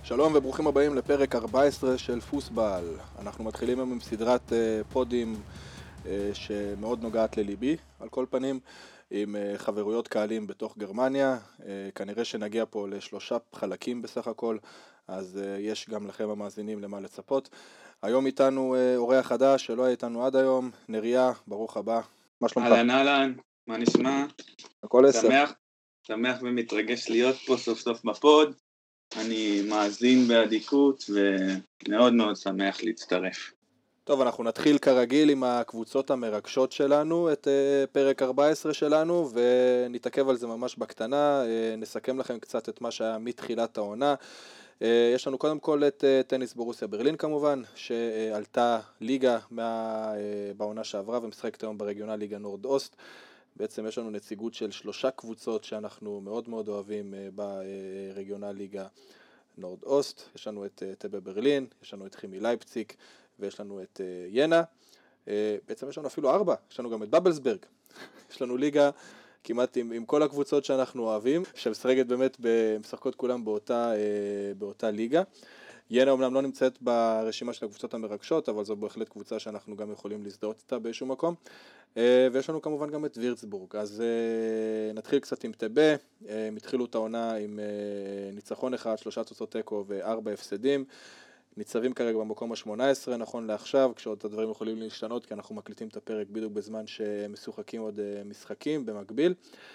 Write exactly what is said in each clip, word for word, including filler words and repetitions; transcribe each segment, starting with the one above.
שלום וברוכים הבאים לפרק ארבע עשרה של פוסבל. אנחנו מתחילים היום עם סדרת uh, פודים uh, שמאוד נוגעת לליבי, על כל פנים, עם uh, חברויות קהלים בתוך גרמניה. Uh, כנראה שנגיע פה לשלושה חלקים בסך הכל, אז uh, יש גם לכם המאזינים למה לצפות. היום איתנו uh, אורח חדש שלא היה איתנו עד היום, נריה, ברוך הבא. מה שלומך? אהלן אהלן, מה נשמע? הכל עשר. שמח, שמח ומתרגש להיות פה סוף סוף בפוד. אני מאזין באדיקות ומאוד מאוד שמח להצטרף. טוב, אנחנו נתחיל כרגיל עם הקבוצות המרגשות שלנו, את uh, פרק ארבע עשרה שלנו, ונתעכב על זה ממש בקטנה, uh, נסכם לכם קצת את מה שהיה מתחילת העונה. Uh, יש לנו קודם כל את uh, טניס בורוסיה ברלין כמובן, שעלתה ליגה מה, uh, בעונה שעברה ומשחקת היום ברגional ליגה נורד אוסט. בעצם יש לנו נציגות של שלושה קבוצות שאנחנו מאוד מאוד אוהבים uh, ברגional ליגה נורד אוסט. יש לנו את uh, טבה ברלין, יש לנו את כימי לייפציג, ויש לנו את uh, ינה, uh, בעצם יש לנו אפילו ארבע, יש לנו גם את בבלסברג, יש לנו ליגה כמעט עם, עם כל הקבוצות שאנחנו אוהבים, שמשחקת באמת, משחקות כולם באותה, uh, באותה ליגה. ינה אומנם לא נמצאת ברשימה של הקבוצות המרגשות, אבל זו בהחלט קבוצה שאנחנו גם יכולים להזדהות איתה באיזשהו מקום. Uh, ויש לנו כמובן גם את וירצבורג, אז uh, נתחיל קצת עם טבה. uh, הם התחילו את העונה עם uh, ניצחון אחד, שלושה תוצאות תיקו וארבע הפסדים. ניצבים כרגע במקום ה-שמונה עשרה נכון לעכשיו, כשעוד הדברים יכולים להשתנות, כי אנחנו מקליטים את הפרק בדיוק בזמן שמשוחקים עוד משחקים במקביל.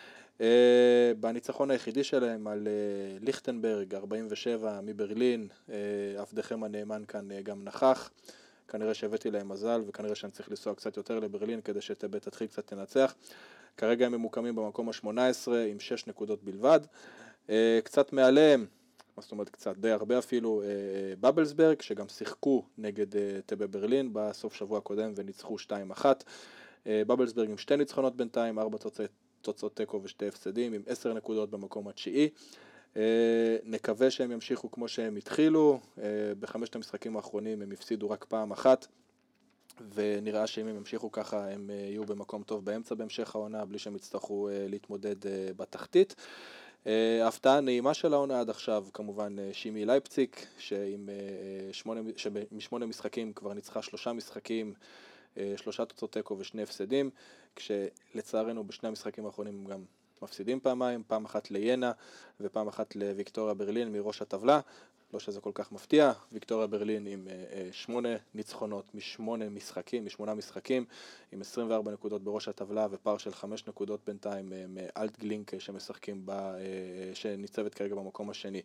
בניצחון היחידי שלהם על ליכטנברג, ארבעים ושבע מברלין, עבדכם הנאמן כאן גם נכח. כנראה שהבאתי להם מזל, וכנראה שאני צריך לנסוע קצת יותר לברלין, כדי שטבה תתחיל קצת תנצח. כרגע הם ממוקמים במקום ה-שמונה עשרה עם שש נקודות בלבד. קצת מעליהם, זאת אומרת קצת די הרבה אפילו, בבלסברג, שגם שיחקו נגד טבה ברלין בסוף שבוע הקודם וניצחו שתיים אחת. בבלסברג עם שתי ניצחונות בינתיים, ארבע תוצאות תיקו ושתי הפסדים, עם עשר נקודות במקום התשיעי. נקווה שהם ימשיכו כמו שהם התחילו, בחמשת המשחקים האחרונים הם הפסידו רק פעם אחת, ונראה שאם הם ימשיכו ככה הם יהיו במקום טוב באמצע בהמשך העונה, בלי שהם יצטרכו להתמודד בתחתית. ההפתעה נעימה של העונה עד עכשיו, כמובן שימי לייפציג, שמשמונה משחקים כבר ניצחה שלושה משחקים, שלושה תוצאות תיקו ושני הפסדים, כשלצערנו בשני המשחקים האחרונים הם גם מפסידים פעמיים, פעם אחת לינה ופעם אחת לוויקטוריה ברלין מראש הטבלה. לא שזה כל כך מפתיע, ויקטוריה ברלין עם שמונה ניצחונות משמונה משחקים, משמונה משחקים, עם עשרים וארבע נקודות בראש הטבלה ופער של חמש נקודות בינתיים מאלט גלינק שמשחקים בה, שניצבת כרגע במקום השני.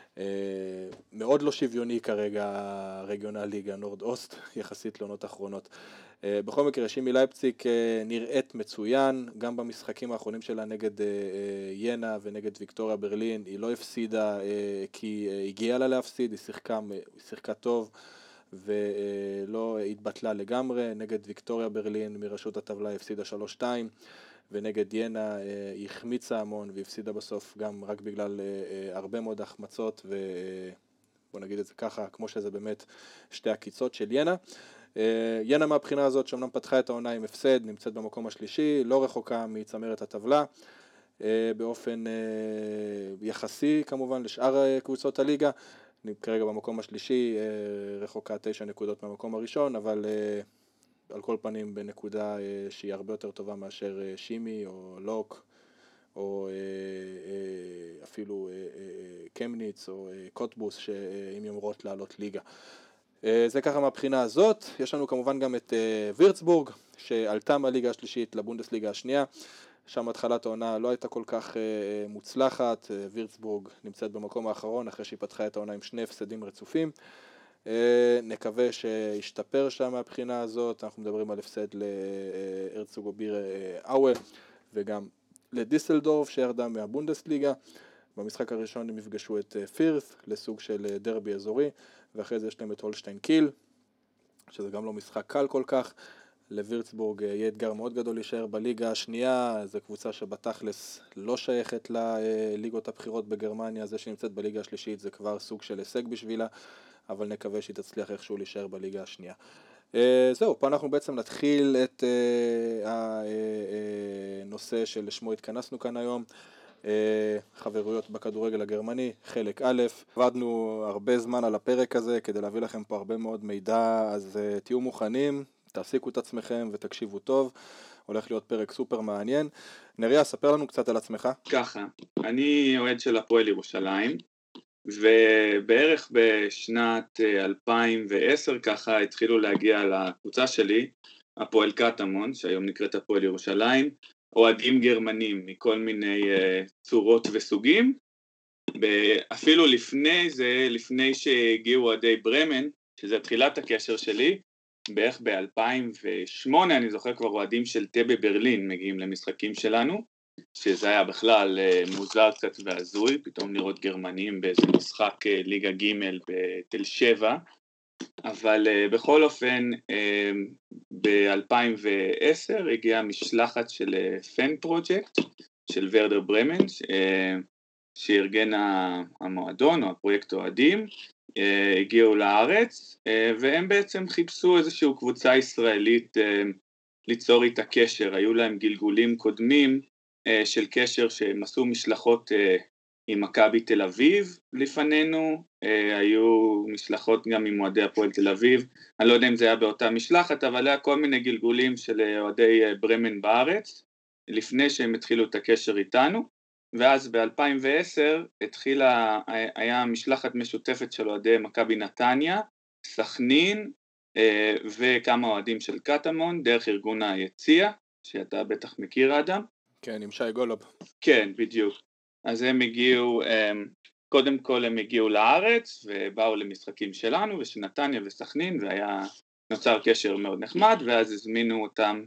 מאוד לא שוויוני כרגע רגional ליגה נורד אוסט, יחסית לעונות אחרונות. בכל מקרה, שימי לייפציג נראית מצוין, גם במשחקים האחרונים שלה נגד ינה ונגד ויקטוריה ברלין, היא לא הפסידה כי הגיעה לה להפסיד, היא שיחקה, היא שיחקה טוב ולא התבטלה לגמרי. נגד ויקטוריה ברלין מראשות הטבלה הפסידה שלוש שתיים, ונגד ינה היא החמיצה המון והפסידה בסוף גם רק בגלל הרבה מאוד החמצות, ובוא נגיד את זה ככה, כמו שזה באמת שתי הקיצות של ינה. ינה מהבחינה הזאת שאומנם פתחה את העונה עם הפסד, נמצאת במקום השלישי, לא רחוקה מצמרת הטבלה, באופן יחסי כמובן לשאר קבוצות הליגה. כרגע במקום השלישי, רחוקה תשע נקודות מהמקום הראשון, אבל על כל פנים בנקודה שהיא הרבה יותר טובה מאשר שימי או לוק, או אפילו קמניץ או קוטבוס, שאם יאמרות לעלות ליגה. זה ככה מהבחינה הזאת. יש לנו כמובן גם את וירצבורג, שעלתה מהליגה השלישית לבונדסליגה השנייה. שם התחלת העונה לא הייתה כל כך מוצלחת. וירצבורג נמצאת במקום האחרון אחרי שהיא פתחה את העונה עם שני הפסדים רצופים. נקווה שישתפר שם מהבחינה הזאת. אנחנו מדברים על הפסד לארצוגו ביר אאווה וגם לדיסלדורף שירדה מהבונדסליגה. במשחק הראשון הם יפגשו את פירת' לסוג של דרבי אזורי, ואחרי זה יש להם את הולשטיין קיל, שזה גם לא משחק קל כל כך. לווירצבורג יהיה אתגר מאוד גדול להישאר בליגה השנייה, זו קבוצה שבתכלס לא שייכת לליגות הבחירות בגרמניה, זה שנמצאת בליגה השלישית זה כבר סוג של הישג בשבילה, אבל נקווה שהיא תצליח איכשהו להישאר בליגה השנייה. זהו, פה אנחנו בעצם נתחיל את הנושא שלשמו התכנסנו כאן היום, חברויות בכדורגל הגרמני, חלק א', עבדנו הרבה זמן על הפרק הזה כדי להביא לכם פה הרבה מאוד מידע, אז תהיו מוכנים, תעסיקו את עצמכם ותקשיבו טוב, הולך להיות פרק סופר מעניין. נריה, ספר לנו קצת על עצמך. ככה, אני אוהד של הפועל ירושלים, ובערך בשנת אלפיים ועשר ככה התחילו להגיע לקבוצה שלי, הפועל קטמון, שהיום נקראת הפועל ירושלים, אוהדים גרמנים מכל מיני uh, צורות וסוגים, אפילו לפני זה, לפני שהגיעו אוהדי ברמן, שזה תחילת הקשר שלי, בערך ב-אלפיים ושמונה אני זוכר כבר אוהדים של טבה ברלין מגיעים למשחקים שלנו, שזה היה בכלל uh, מוזר קצת והזוי, פתאום לראות גרמנים באיזה משחק uh, ליגה ג' בתל שבע, אבל uh, בכל אופן uh, ב-אלפיים ועשר הגיעה משלחת של פן פרוג'קט של ורדר ברמן, uh, שארגן המועדון או הפרויקט אוהדים, uh, הגיעו לארץ, uh, והם בעצם חיפשו איזושהי קבוצה ישראלית uh, ליצור איתה קשר, היו להם גלגולים קודמים uh, של קשר שהם עשו משלחות uh, עם מכבי תל אביב לפנינו, אה, היו משלחות גם עם אוהדי הפועל תל אביב, אני לא יודע אם זה היה באותה משלחת, אבל היה כל מיני גלגולים של אוהדי אה, ברמן בארץ, לפני שהם התחילו את הקשר איתנו, ואז ב-אלפיים ועשר התחילה, היה משלחת משותפת של אוהדי מכבי נתניה, סכנין, אה, וכמה אוהדים של קטמון, דרך ארגון היציע, שאתה בטח מכיר אדם. כן, עם שי גולוב. כן, בדיוק. אז הם הגיעו, קודם כל הם הגיעו לארץ ובאו למשחקים שלנו ושל נתניה וסכנין, והיה נוצר קשר מאוד נחמד, ואז הזמינו אותם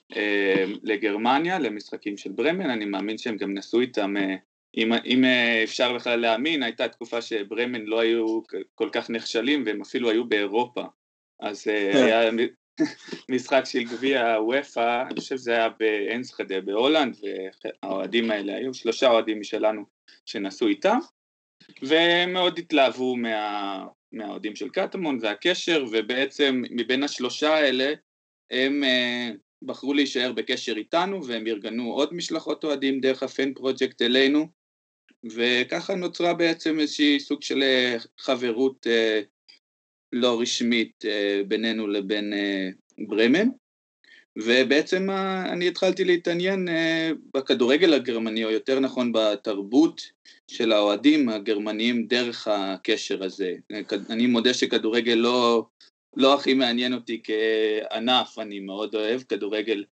לגרמניה למשחקים של ברמן. אני מאמין שהם גם נסו איתם, אם, אם אפשר בכלל להאמין, הייתה תקופה שברמן לא היו כל כך נכשלים והם אפילו היו באירופה, אז היה משחק של גביע וופא, אני חושב שזה היה באנסחדה בהולנד, והאוהדים האלה היו שלושה אוהדים משלנו שנסו איתם, והם מאוד התלהבו מה, מהאוהדים של קטמון והקשר, ובעצם מבין השלושה האלה הם uh, בחרו להישאר בקשר איתנו, והם ארגנו עוד משלחות אוהדים דרך הפן פרוג'קט אלינו, וככה נוצרה בעצם איזושהי סוג של חברות uh, לא רשמית uh, בינינו לבין uh, ברמן, ובעצם uh, אני התחלתי להתעניין uh, בכדורגל הגרמני, או יותר נכון בתרבות של האוהדים הגרמניים דרך הקשר הזה. אני מודה שכדורגל לא, לא הכי מעניין אותי כענף, אני מאוד אוהב כדורגל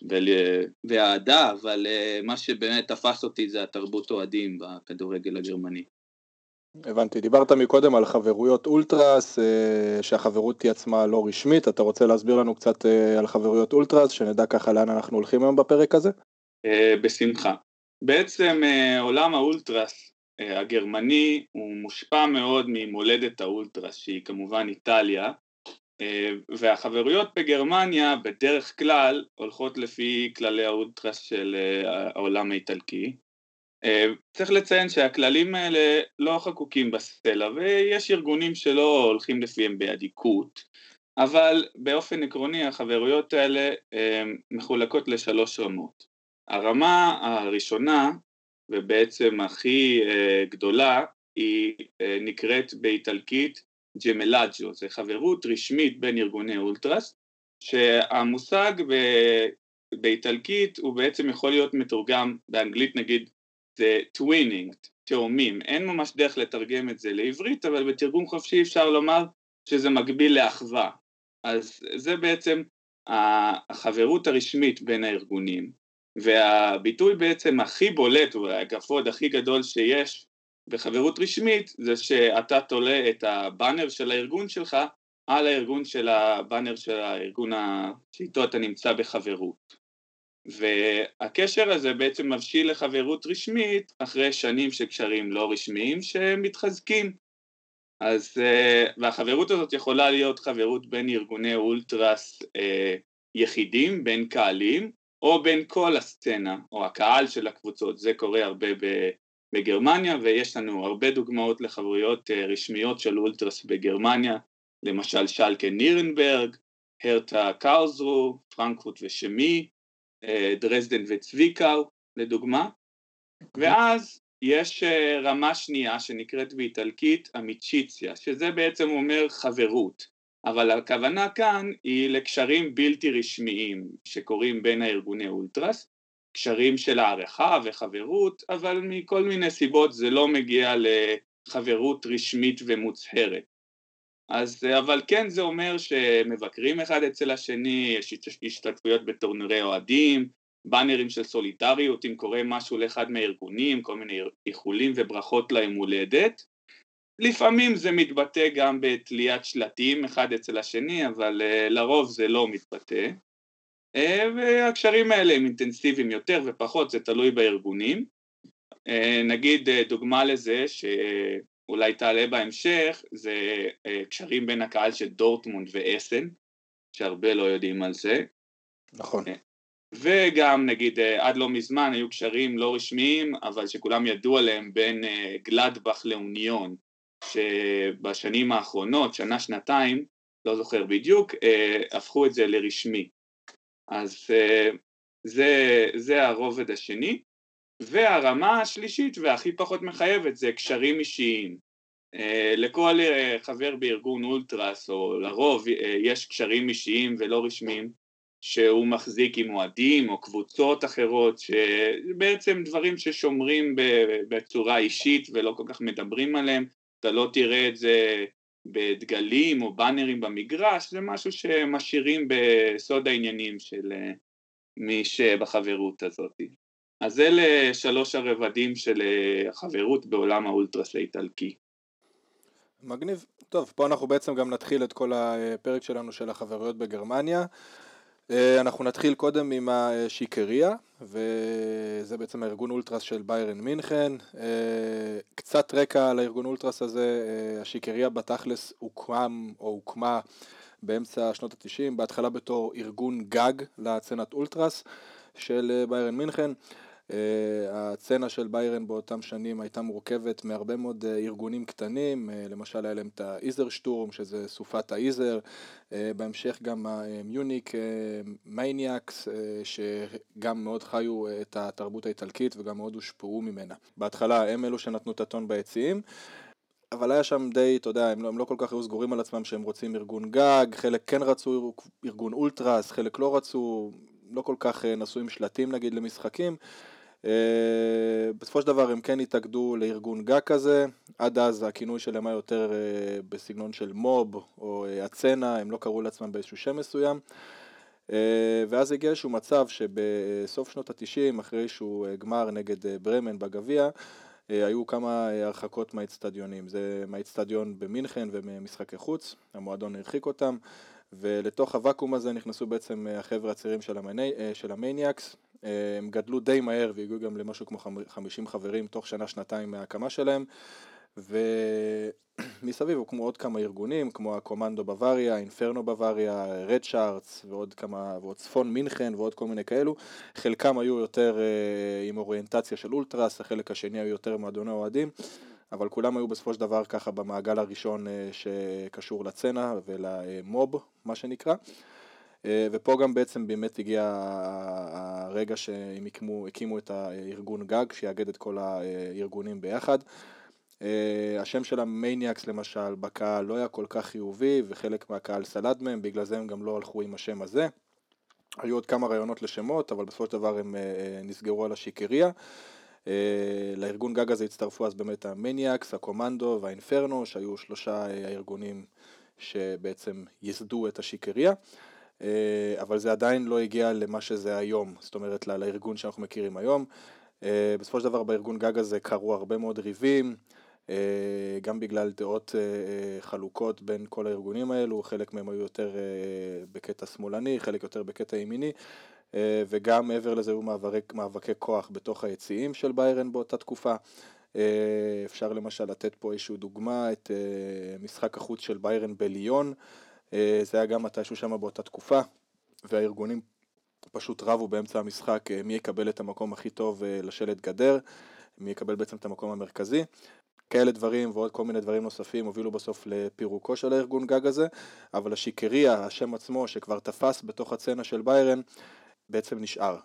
והאהדה, אבל uh, מה שבאמת תפס אותי זה התרבות אוהדים בכדורגל הגרמני. הבנתי, דיברת מקודם על חברויות אולטרס, שהחברות היא עצמה לא רשמית, אתה רוצה להסביר לנו קצת על חברויות אולטרס, שנדע ככה לאן אנחנו הולכים היום בפרק הזה? בשמחה. בעצם עולם האולטרס הגרמני הוא מושפע מאוד ממולדת האולטרס, שהיא כמובן איטליה, והחברויות בגרמניה בדרך כלל הולכות לפי כללי האולטרס של העולם האיטלקי, צריך לציין שהכללים האלה לא חקוקים בסלע, ויש ארגונים שלא הולכים לפיהם באדיקות, אבל באופן עקרוני החברויות האלה מחולקות לשלוש רמות. הרמה הראשונה, ובעצם הכי גדולה, היא נקראת באיטלקית ג'מלאג'ו, זה חברות רשמית בין ארגוני אולטרס, שהמושג באיטלקית הוא בעצם יכול להיות מתורגם באנגלית נגיד, זה טווינינג, תאומים, אין ממש דרך לתרגם את זה לעברית, אבל בתרגום חופשי אפשר לומר שזה מקביל לאחווה. אז זה בעצם החברות הרשמית בין הארגונים, והביטוי בעצם הכי בולט, והכבוד הכי גדול שיש בחברות רשמית, זה שאתה תולה את הבאנר של הארגון שלך, על הארגון של הבאנר של הארגון שאיתו אתה נמצא בחברות. והקשר הזה בעצם מבשיל לחברות רשמית אחרי שנים של קשרים לא רשמיים שמתחזקים. אז, והחברות הזאת יכולה להיות חברות בין ארגוני אולטרס יחידים, בין קהלים, או בין כל הסצנה, או הקהל של הקבוצות. זה קורה הרבה בגרמניה, ויש לנו הרבה דוגמאות לחברויות רשמיות של אולטרס בגרמניה, למשל שלקה נירנברג, הרטה קארלסרו, פרנקפורט ושמי, דרזדן וצוויקאו, לדוגמה, ואז יש רמה שנייה שנקראת באיטלקית אמיצ'יציה, שזה בעצם אומר חברות, אבל הכוונה כאן היא לקשרים בלתי רשמיים שקורים בין הארגוני אולטרס, קשרים של הערכה וחברות, אבל מכל מיני סיבות זה לא מגיע לחברות רשמית ומוצהרת. אז אבל כן זה אומר שמבקרים אחד אצל השני, יש השתתפויות בטורנירי אוהדים, באנרים של סולידריות, אם קורה משהו לאחד מהארגונים, כל מיני איחולים וברכות להם הולדת. לפעמים זה מתבטא גם בתליית שלטים אחד אצל השני, אבל לרוב זה לא מתבטא. והקשרים האלה הם אינטנסיביים יותר ופחות, זה תלוי בארגונים. נגיד דוגמה לזה שאולי תעלה בהמשך, זה קשרים בין הקהל של דורטמונד ואסן, שהרבה לא יודעים על זה. נכון. וגם נגיד עד לא מזמן היו קשרים לא רשמיים, אבל שכולם ידעו עליהם בין גלדבך לאוניון, שבשנים האחרונות, שנה, שנתיים, לא זוכר בדיוק, הפכו את זה לרשמי. אז זה, זה הרובד השני, והרמה השלישית והכי פחות מחייבת זה קשרים אישיים. לכל חבר בארגון אולטרס, או לרוב יש קשרים אישיים ולא רשמיים, שהוא מחזיק עם מועדים או קבוצות אחרות, שבעצם דברים ששומרים בצורה אישית ולא כל כך מדברים עליהם, אתה לא תראה את זה בדגלים או באנרים במגרש, זה משהו שמשאירים בסוד העניינים של מי שבחברות הזאת. אז אלה שלוש הרבדים של החברות בעולם האולטרס האיטלקי. מגניב. טוב, פה אנחנו בעצם גם נתחיל את כל הפרק שלנו של החברויות בגרמניה. אנחנו נתחיל קודם עם השיקריה, וזה בעצם הארגון אולטרס של ביירן מינכן. קצת רקע על הארגון אולטרס הזה, השיקריה בתכלס הוקם או הוקמה באמצע שנות ה-תשעים, בהתחלה בתור ארגון גג לצנת אולטרס של ביירן מינכן. הצנה של ביירן באותם שנים הייתה מורכבת מהרבה מאוד ארגונים קטנים, למשל היה להם את האיזר שטורם, שזה סופת האיזר, בהמשך גם המיוניק מייניאקס, שגם מאוד חיו את התרבות האיטלקית וגם מאוד הושפעו ממנה. בהתחלה הם אלו שנתנו את הטון ביציעים, אבל היה שם די, אתה יודע, הם לא, הם לא כל כך היו סגורים על עצמם שהם רוצים ארגון גג, חלק כן רצו ארגון אולטרס, חלק לא רצו, לא כל כך נסו עם שלטים נגיד למשחקים. בסופו של דבר הם כן התאגדו לארגון גג כזה, עד אז הכינוי שלהם היה יותר בסגנון של מוב או הצנה, הם לא קראו לעצמם באיזשהו שם מסוים. ואז הגיע איזשהו מצב שבסוף שנות ה-תשעים, אחרי שהוא גמר נגד ברמן בגביע, היו כמה הרחקות מהאצטדיונים, זה מהאצטדיון במינכן וממשחקי חוץ, המועדון הרחיק אותם, ולתוך הוואקום הזה נכנסו בעצם החבר'ה הצעירים של, המני, של המניאקס, הם גדלו די מהר והגיעו גם למשהו כמו חמישים חברים תוך שנה שנתיים מההקמה שלהם, ומסביב הוקמו עוד כמה ארגונים כמו הקומנדו בוואריה, אינפרנו בוואריה, רד שארטס ועוד כמה, ועוד צפון מינכן ועוד כל מיני כאלו. חלקם היו יותר עם אוריינטציה של אולטרס, החלק השני היו יותר מועדוני אוהדים, אבל כולם היו בסופו של דבר ככה במעגל הראשון שקשור לצנה ולמוב, מה שנקרא. ופה גם בעצם באמת הגיע הרגע שהם הקימו, הקימו את הארגון גג שיאגד את כל הארגונים ביחד. השם של המניאקס למשל בקהל לא היה כל כך חיובי וחלק מהקהל סלד מהם, בגלל זה הם גם לא הלכו עם השם הזה. היו עוד כמה רעיונות לשמות, אבל בסופו של דבר הם נסגרו על השיקריה. לארגון גג הזה הצטרפו אז באמת המניאקס, הקומנדו והאינפרנו, שהיו שלושה הארגונים שבעצם יסדו את השיקריה. אבל זה עדיין לא הגיע למה שזה היום, זאת אומרת לארגון שאנחנו מכירים היום. בסופו של דבר בארגון גג הזה קרו הרבה מאוד ריבים, גם בגלל דעות חלוקות בין כל הארגונים האלו, חלק מהם היו יותר בקטע שמאלני, חלק יותר בקטע ימיני, וגם מעבר לזה היו מאבקי, מאבקי כוח בתוך היציעים של ביירן באותה תקופה. אפשר למשל לתת פה איזושהי דוגמה, את משחק החוץ של ביירן בליון, זה היה גם מתישהו שם באותה תקופה, והארגונים פשוט רבו באמצע המשחק מי יקבל את המקום הכי טוב לשלט גדר, מי יקבל בעצם את המקום המרכזי. כאלה דברים ועוד כל מיני דברים נוספים הובילו בסוף לפירוקו של הארגון גג הזה, אבל השיקריה, השם עצמו שכבר תפס בתוך הצנה של ביירן, בעצם נשאר.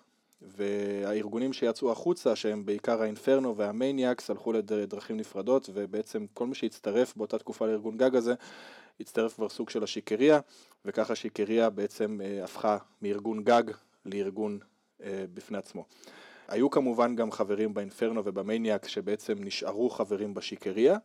והארגונים שיצאו החוצה, שהם בעיקר האינפרנו והמניאקס, הלכו לדרכים נפרדות, ובעצם כל מי שהצטרף באותה תקופה לארגון גג הזה, הצטרף כבר סוג של השיקריה, וככה השיקריה בעצם הפכה מארגון גג לארגון בפני עצמו. היו כמובן גם חברים באינפרנו ובמניאקס, שבעצם נשארו חברים בשיקריה,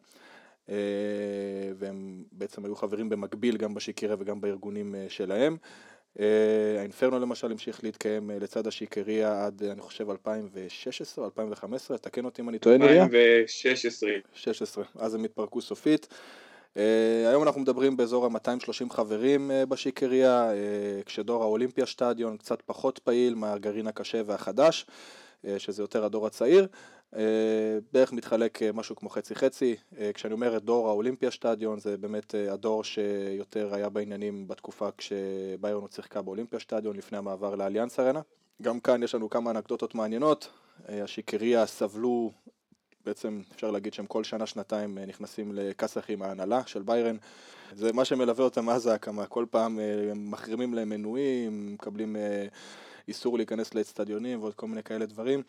והם בעצם היו חברים במקביל גם בשיקריה וגם בארגונים שלהם. האינפרנו למשל המשיך להתקיים לצד השיקריה עד אני חושב אלפיים ושש עשרה או אלפיים וחמש עשרה, תקן אותי אם אני טועה נריה? אלפיים ושש עשרה. שש עשרה, אז הם התפרקו סופית. היום אנחנו מדברים באזור ה-מאתיים ושלושים חברים בשיקריה, כשדור האולימפיה שטדיון קצת פחות פעיל מהגרעין הקשה והחדש, שזה יותר הדור הצעיר, בערך מתחלק משהו כמו חצי חצי. כשאני אומר את דור האולימפיה שטדיון, זה באמת הדור שיותר היה בעניינים בתקופה כשביירן עוד שיחקה באולימפיה שטדיון לפני המעבר לאליאנס ארנה. גם כאן יש לנו כמה אנקדוטות מעניינות. השיקריה סבלו, בעצם אפשר להגיד שהם כל שנה שנתיים נכנסים לקסח עם ההנהלה של ביירן. זה מה שמלווה אותם אז ההקמה, כל פעם מחרימים להם מנויים, מקבלים איסור להיכנס לאצטדיונים ועוד כל מיני כאלה דברים.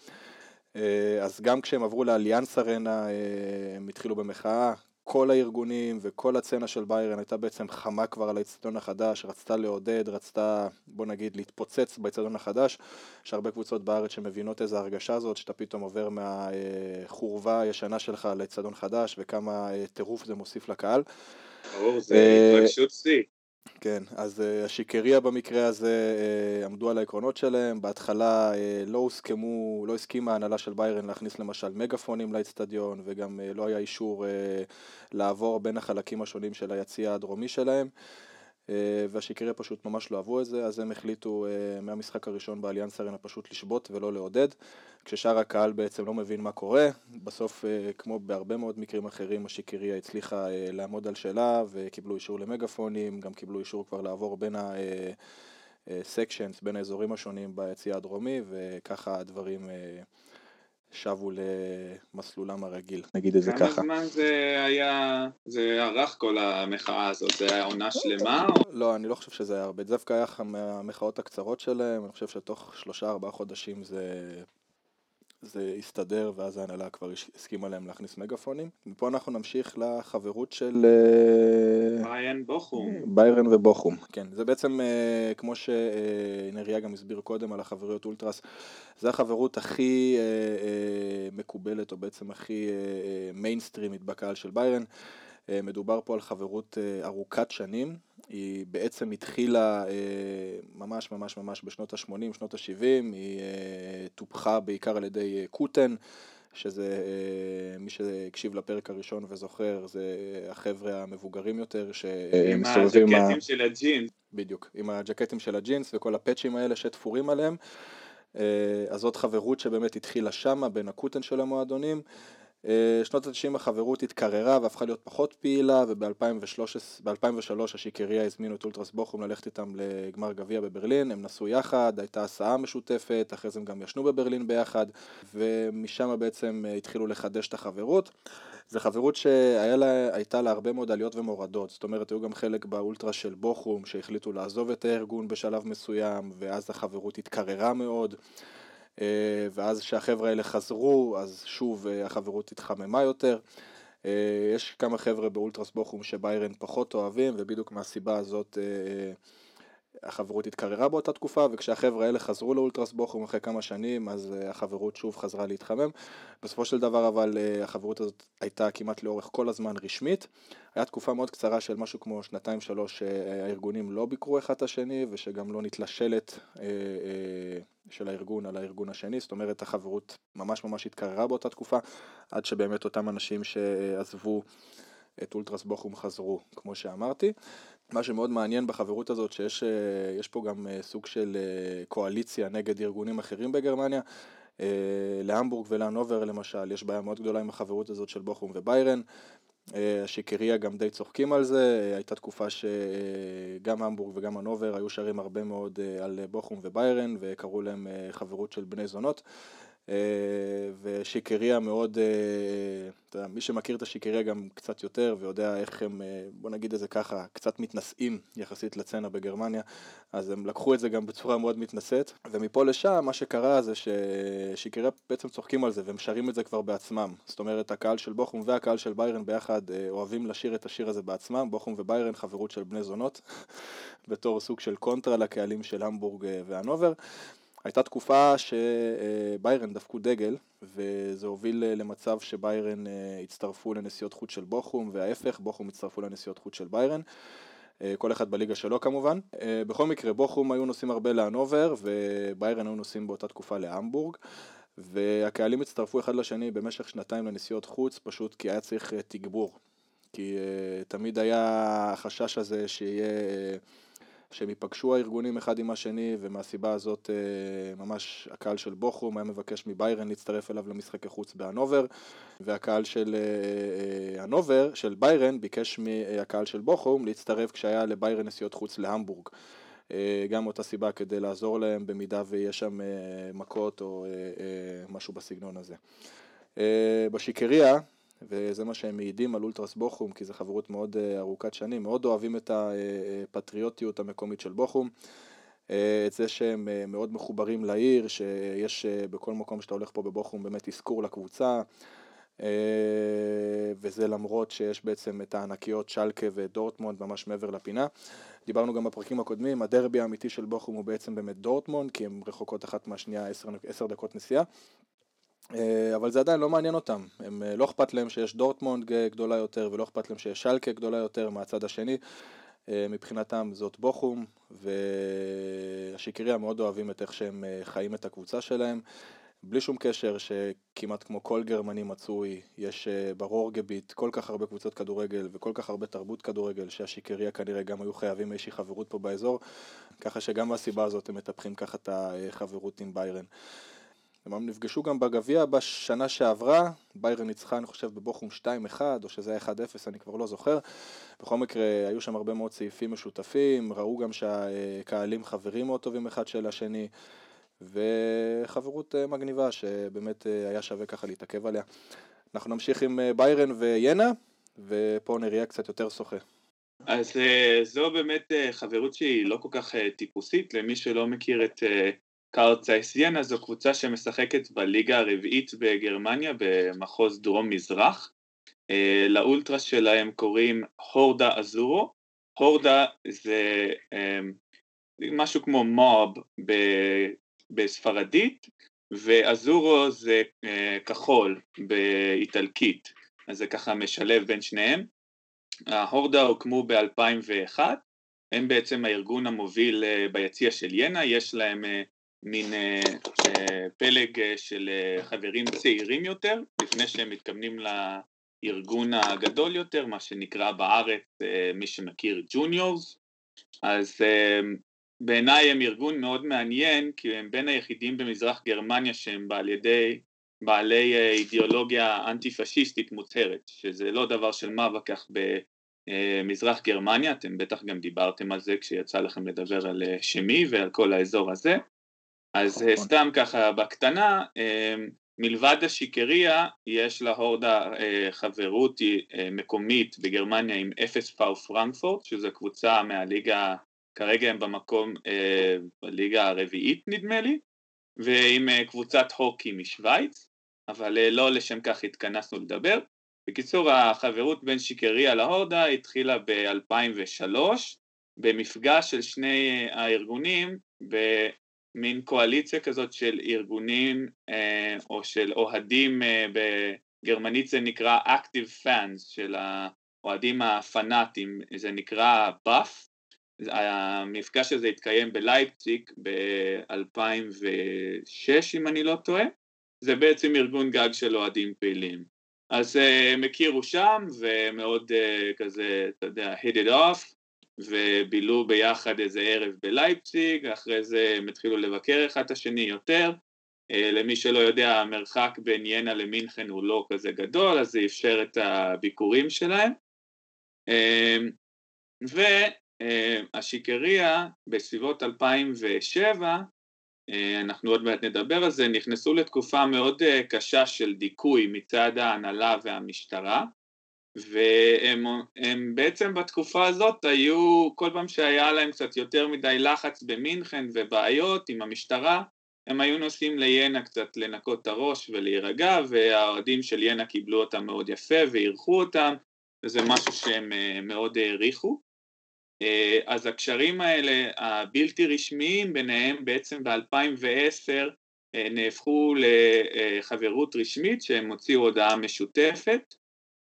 אז גם כשהם עברו לאליאנס ארנה, הם התחילו במחאה. כל הארגונים וכל הצנה של ביירן הייתה בעצם חמה כבר על האצטדיון החדש, רצתה לעודד, רצתה, בוא נגיד, להתפוצץ באצטדיון החדש. יש הרבה קבוצות בארץ שמבינות איזו הרגשה הזאת, שאתה פתאום עובר מהחורבה הישנה שלך לאצטדיון חדש, וכמה טירוף זה מוסיף לקהל. ברור, זה התרגשות שיא. כן, אז השיקריה במקרה הזה עמדו על העקרונות שלהם. בהתחלה לא הוסכמו, לא הסכימה ההנהלה של ביירן להכניס למשל מגפונים לאצטדיון, וגם לא היה אישור לעבור בין החלקים השונים של היציע הדרומי שלהם, והשיקריה פשוט ממש לא אהבו את זה. אז הם החליטו מהמשחק הראשון באליאנס ארנה פשוט לשבות ולא לעודד, כששאר הקהל בעצם לא מבין מה קורה. בסוף, כמו בהרבה מאוד מקרים אחרים, השיקריה הצליחה לעמוד על שלה וקיבלו אישור למגפונים, גם קיבלו אישור כבר לעבור בין הסקשנס, בין האזורים השונים ביציע הדרומי, וככה הדברים שבו למסלולם הרגיל, נגיד את זה ככה. כמה זמן זה היה, זה ערך כל המחאה הזאת? זה היה עונה שלמה? לא, אני לא חושב שזה היה הרבה. דווקא היה המחאות הקצרות שלהם, אני חושב שתוך שלושה ארבעה חודשים זה זה הסתדר, ואז ההנהלה כבר הסכימה להם להכניס מגפונים. ופה אנחנו נמשיך לחברות של ביירן בוכום. ביירן ובוכום. כן, זה בעצם כמו שנריה גם הסביר קודם על החברויות אולטרס, זה החברות הכי מקובלת, או בעצם הכי מיינסטרימית בקהל של ביירן. מדובר פה על חברות ארוכת שנים. היא בעצם התחילה ממש ממש ממש בשנות ה-שמונים, שנות ה-שבעים, היא טופחה בעיקר על ידי קוטן, שזה מי שהקשיב לפרק הראשון וזוכר, זה החבר'ה המבוגרים יותר שמסתובבים עם הג'קטים של הג'ינס. בדיוק, עם הג'קטים של הג'ינס וכל הפאצ'ים האלה שתפורים עליהם. אז זאת חברות שבאמת התחילה שמה בין הקוטן של המועדונים. שנות ה-תשעים החברות התקררה והפכה להיות פחות פעילה, וב-אלפיים ושלוש השיקריה הזמינו את אולטרס בוכום ללכת איתם לגמר גביע בברלין. הם נסעו יחד, הייתה הסעה משותפת, אחרי זה הם גם ישנו בברלין ביחד, ומשם בעצם התחילו לחדש את החברות. זו חברות שהייתה לה הרבה מאוד עליות ומורדות, זאת אומרת היו גם חלק באולטרס של בוכום שהחליטו לעזוב את הארגון בשלב מסוים, ואז החברות התקררה מאוד, ואז שהחבר'ה האלה חזרו, אז שוב החברות התחממה יותר. יש כמה חבר'ה באולטרס בוכום שביירן פחות אוהבים, ובדיוק מהסיבה הזאת החברות התקררה באותה תקופה, וכשהחבר'ה האלה חזרו לאולטרס בוכום אחרי כמה שנים, אז החברות שוב חזרה להתחמם. בסופו של דבר אבל החברות הזאת הייתה כמעט לאורך כל הזמן רשמית. היה תקופה מאוד קצרה של משהו כמו שנתיים שלוש שהארגונים לא ביקרו אחד את השני, ושגם לא נתלשלת של הארגון על הארגון השני. זאת אומרת החברות ממש ממש התקררה באותה תקופה, עד שבאמת אותם אנשים שעזבו את אולטרס בוכום חזרו, כמו שאמרתי. מה שמאוד מעניין בחברות הזאת, שיש יש פה גם סוג של קואליציה נגד ארגונים אחרים בגרמניה. להמבורג ולהנובר למשל, יש בעיה מאוד גדולה עם החברות הזאת של בוכום וביירן. השיקריה גם די צוחקים על זה. הייתה תקופה שגם המבורג וגם הנובר היו שרים הרבה מאוד על בוכום וביירן, וקראו להם חברות של בני זונות. ושיקריה מאוד, אתה יודע, מי שמכיר את השיקריה גם קצת יותר ויודע איך הם, בוא נגיד את זה ככה, קצת מתנסים יחסית לצנה בגרמניה, אז הם לקחו את זה גם בצורה מאוד מתנסית, ומפה לשם מה שקרה זה ששיקריה בעצם צוחקים על זה והם שרים את זה כבר בעצמם, זאת אומרת הקהל של בוכום והקהל של ביירן ביחד אוהבים לשיר את השיר הזה בעצמם, בוכום וביירן חברות של בני זונות, בתור סוג של קונטרה לקהלים של המבורג והנובר. הייתה תקופה שביירן דפקו דגל, וזה הוביל למצב שביירן הצטרפו לנסיעות חוץ של בוכום, וההפך, בוכום הצטרפו לנסיעות חוץ של ביירן, כל אחד בליגה שלו כמובן. בכל מקרה, בוכום היו נוסעים הרבה להנובר, וביירן היו נוסעים באותה תקופה להמבורג, והקהלים הצטרפו אחד לשני במשך שנתיים לנסיעות חוץ, פשוט כי היה צריך תגבור, כי תמיד היה החשש הזה שיהיה... שהם ייפגשו הארגונים אחד עם השני, ומהסיבה הזאת ממש הקהל של בוכום היה מבקש מביירן להצטרף אליו למשחקי חוץ בהנובר, והקהל של הנובר, של ביירן, ביקש מהקהל של בוכום להצטרף כשהיה לביירן נסיעות חוץ להמבורג. גם אותה סיבה כדי לעזור להם במידה ויש שם מכות או משהו בסגנון הזה. בשיקריה, וזה מה שהם מעידים על אולטרס בוכום, כי זו חברות מאוד ארוכת שנים, מאוד אוהבים את הפטריוטיות המקומית של בוכום, את זה שהם מאוד מחוברים לעיר, שיש בכל מקום שאתה הולך פה בבוכום באמת אזכור לקבוצה, וזה למרות שיש בעצם את הענקיות שלקה ודורטמונד ממש מעבר לפינה. דיברנו גם בפרקים הקודמים, הדרבי האמיתי של בוכום הוא בעצם באמת דורטמונד, כי הן רחוקות אחת מהשנייה עשר דקות נסיעה, אבל זה עדיין לא מעניין אותם, הם לא אכפת להם שיש דורטמונד גדולה יותר ולא אכפת להם שיש שלקה גדולה יותר מהצד השני, מבחינתם זאת בוכום, והשיקריה מאוד אוהבים את איך שהם חיים את הקבוצה שלהם, בלי שום קשר שכמעט כמו כל גרמני מצוי, יש ברור-גביט כל כך הרבה קבוצות כדורגל וכל כך הרבה תרבות כדורגל שהשיקריה כנראה גם היו חייבים איזושהי חברות פה באזור, ככה שגם מהסיבה הזאת הם מטפחים ככה את החברות עם ביירן. הם נפגשו גם בגביע בשנה שעברה, ביירן ניצחה אני חושב בבוכום שתיים אחד או שזה היה אחד אפס, אני כבר לא זוכר. בכל מקרה היו שם הרבה מאוד סעיפים משותפים, ראו גם שהקהלים חברים מאוד טובים אחד של השני, וחברות מגניבה שבאמת היה שווה ככה להתעכב עליה. אנחנו נמשיך עם ביירן וינה, ופה נראה קצת יותר שוחה. אז זו באמת חברות שהיא לא כל כך טיפוסית, למי שלא מכיר את קארל צייס ינה, זו קבוצה שמשחקת בליגה הרביעית בגרמניה במחוז דרום מזרח, לאולטרס שלהם קוראים הורדה אזורו, הורדה זה משהו כמו מוב בספרדית, ואזורו זה כחול באיטלקית, אז זה ככה משלב בין שניהם. ההורדה הוקמו ב-אלפיים ואחת, הם בעצם הארגון המוביל ביציע של ינה, יש להם מין פלג של חברים צעירים יותר, לפני שהם מתכוונים לארגון הגדול יותר, מה שנקרא בארץ, מי שמכיר ג'וניורס. אז בעיניי הם ארגון מאוד מעניין, כי הם בין היחידים במזרח גרמניה שהם בעל ידי, בעלי אידיאולוגיה אנטי-פשיסטית מוצהרת, שזה לא דבר של מה וכך במזרח גרמניה, אתם בטח גם דיברתם על זה כשיצא לכם לדבר על שמי ועל כל האזור הזה. אז סתם ככה בקטנה, מלבד השיקריה, יש להורדה חברות מקומית בגרמניה עם אפס פאו פרנקפורט, שזו קבוצה מהליגה, כרגע הם במקום בליגה הרביעית נדמה לי, ועם קבוצת הוקי משוויץ, אבל לא לשם כך התכנסנו לדבר. בקיצור, החברות בין שיקריה להורדה התחילה ב-אלפיים ושלוש, במפגש של שני הארגונים, במין קואליציה כזאת של ארגונים, או של אוהדים, בגרמנית זה נקרא Active Fans, של האוהדים הפנאטים, זה נקרא באף, המפגש הזה התקיים בלייפציג ב-אלפיים ושש אם אני לא טועה, זה בעצם ארגון גג של אוהדים פעילים. אז הם הכירו שם ומאוד כזה, אתה יודע, hit it off, ובילו ביחד איזה ערב בלייפציג, אחרי זה הם התחילו לבקר אחד את השני יותר, למי שלא יודע המרחק בין ינה למינכן הוא לא כזה גדול, אז זה אפשר את הביקורים שלהם, ו... השיקריה בסביבות אלפיים ושבע אנחנו עוד מעט נדבר על זה, נכנסו לתקופה מאוד קשה של דיכוי מצד ההנהלה והמשטרה, והם הם בעצם בתקופה הזאת היו, כל פעם שהיה להם קצת יותר מדי לחץ במינכן ובעיות עם המשטרה, הם היו נוסעים לינה קצת לנקות את הראש ולהירגע, והאוהדים של ינה קיבלו אותם מאוד יפה ועירכו אותם, וזה משהו שהם מאוד העריכו. אז הקשרים האלה הבלתי רשמיים ביניהם בעצם ב-אלפיים ועשר נהפכו לחברות רשמית שהם הוציאו הודעה משותפת,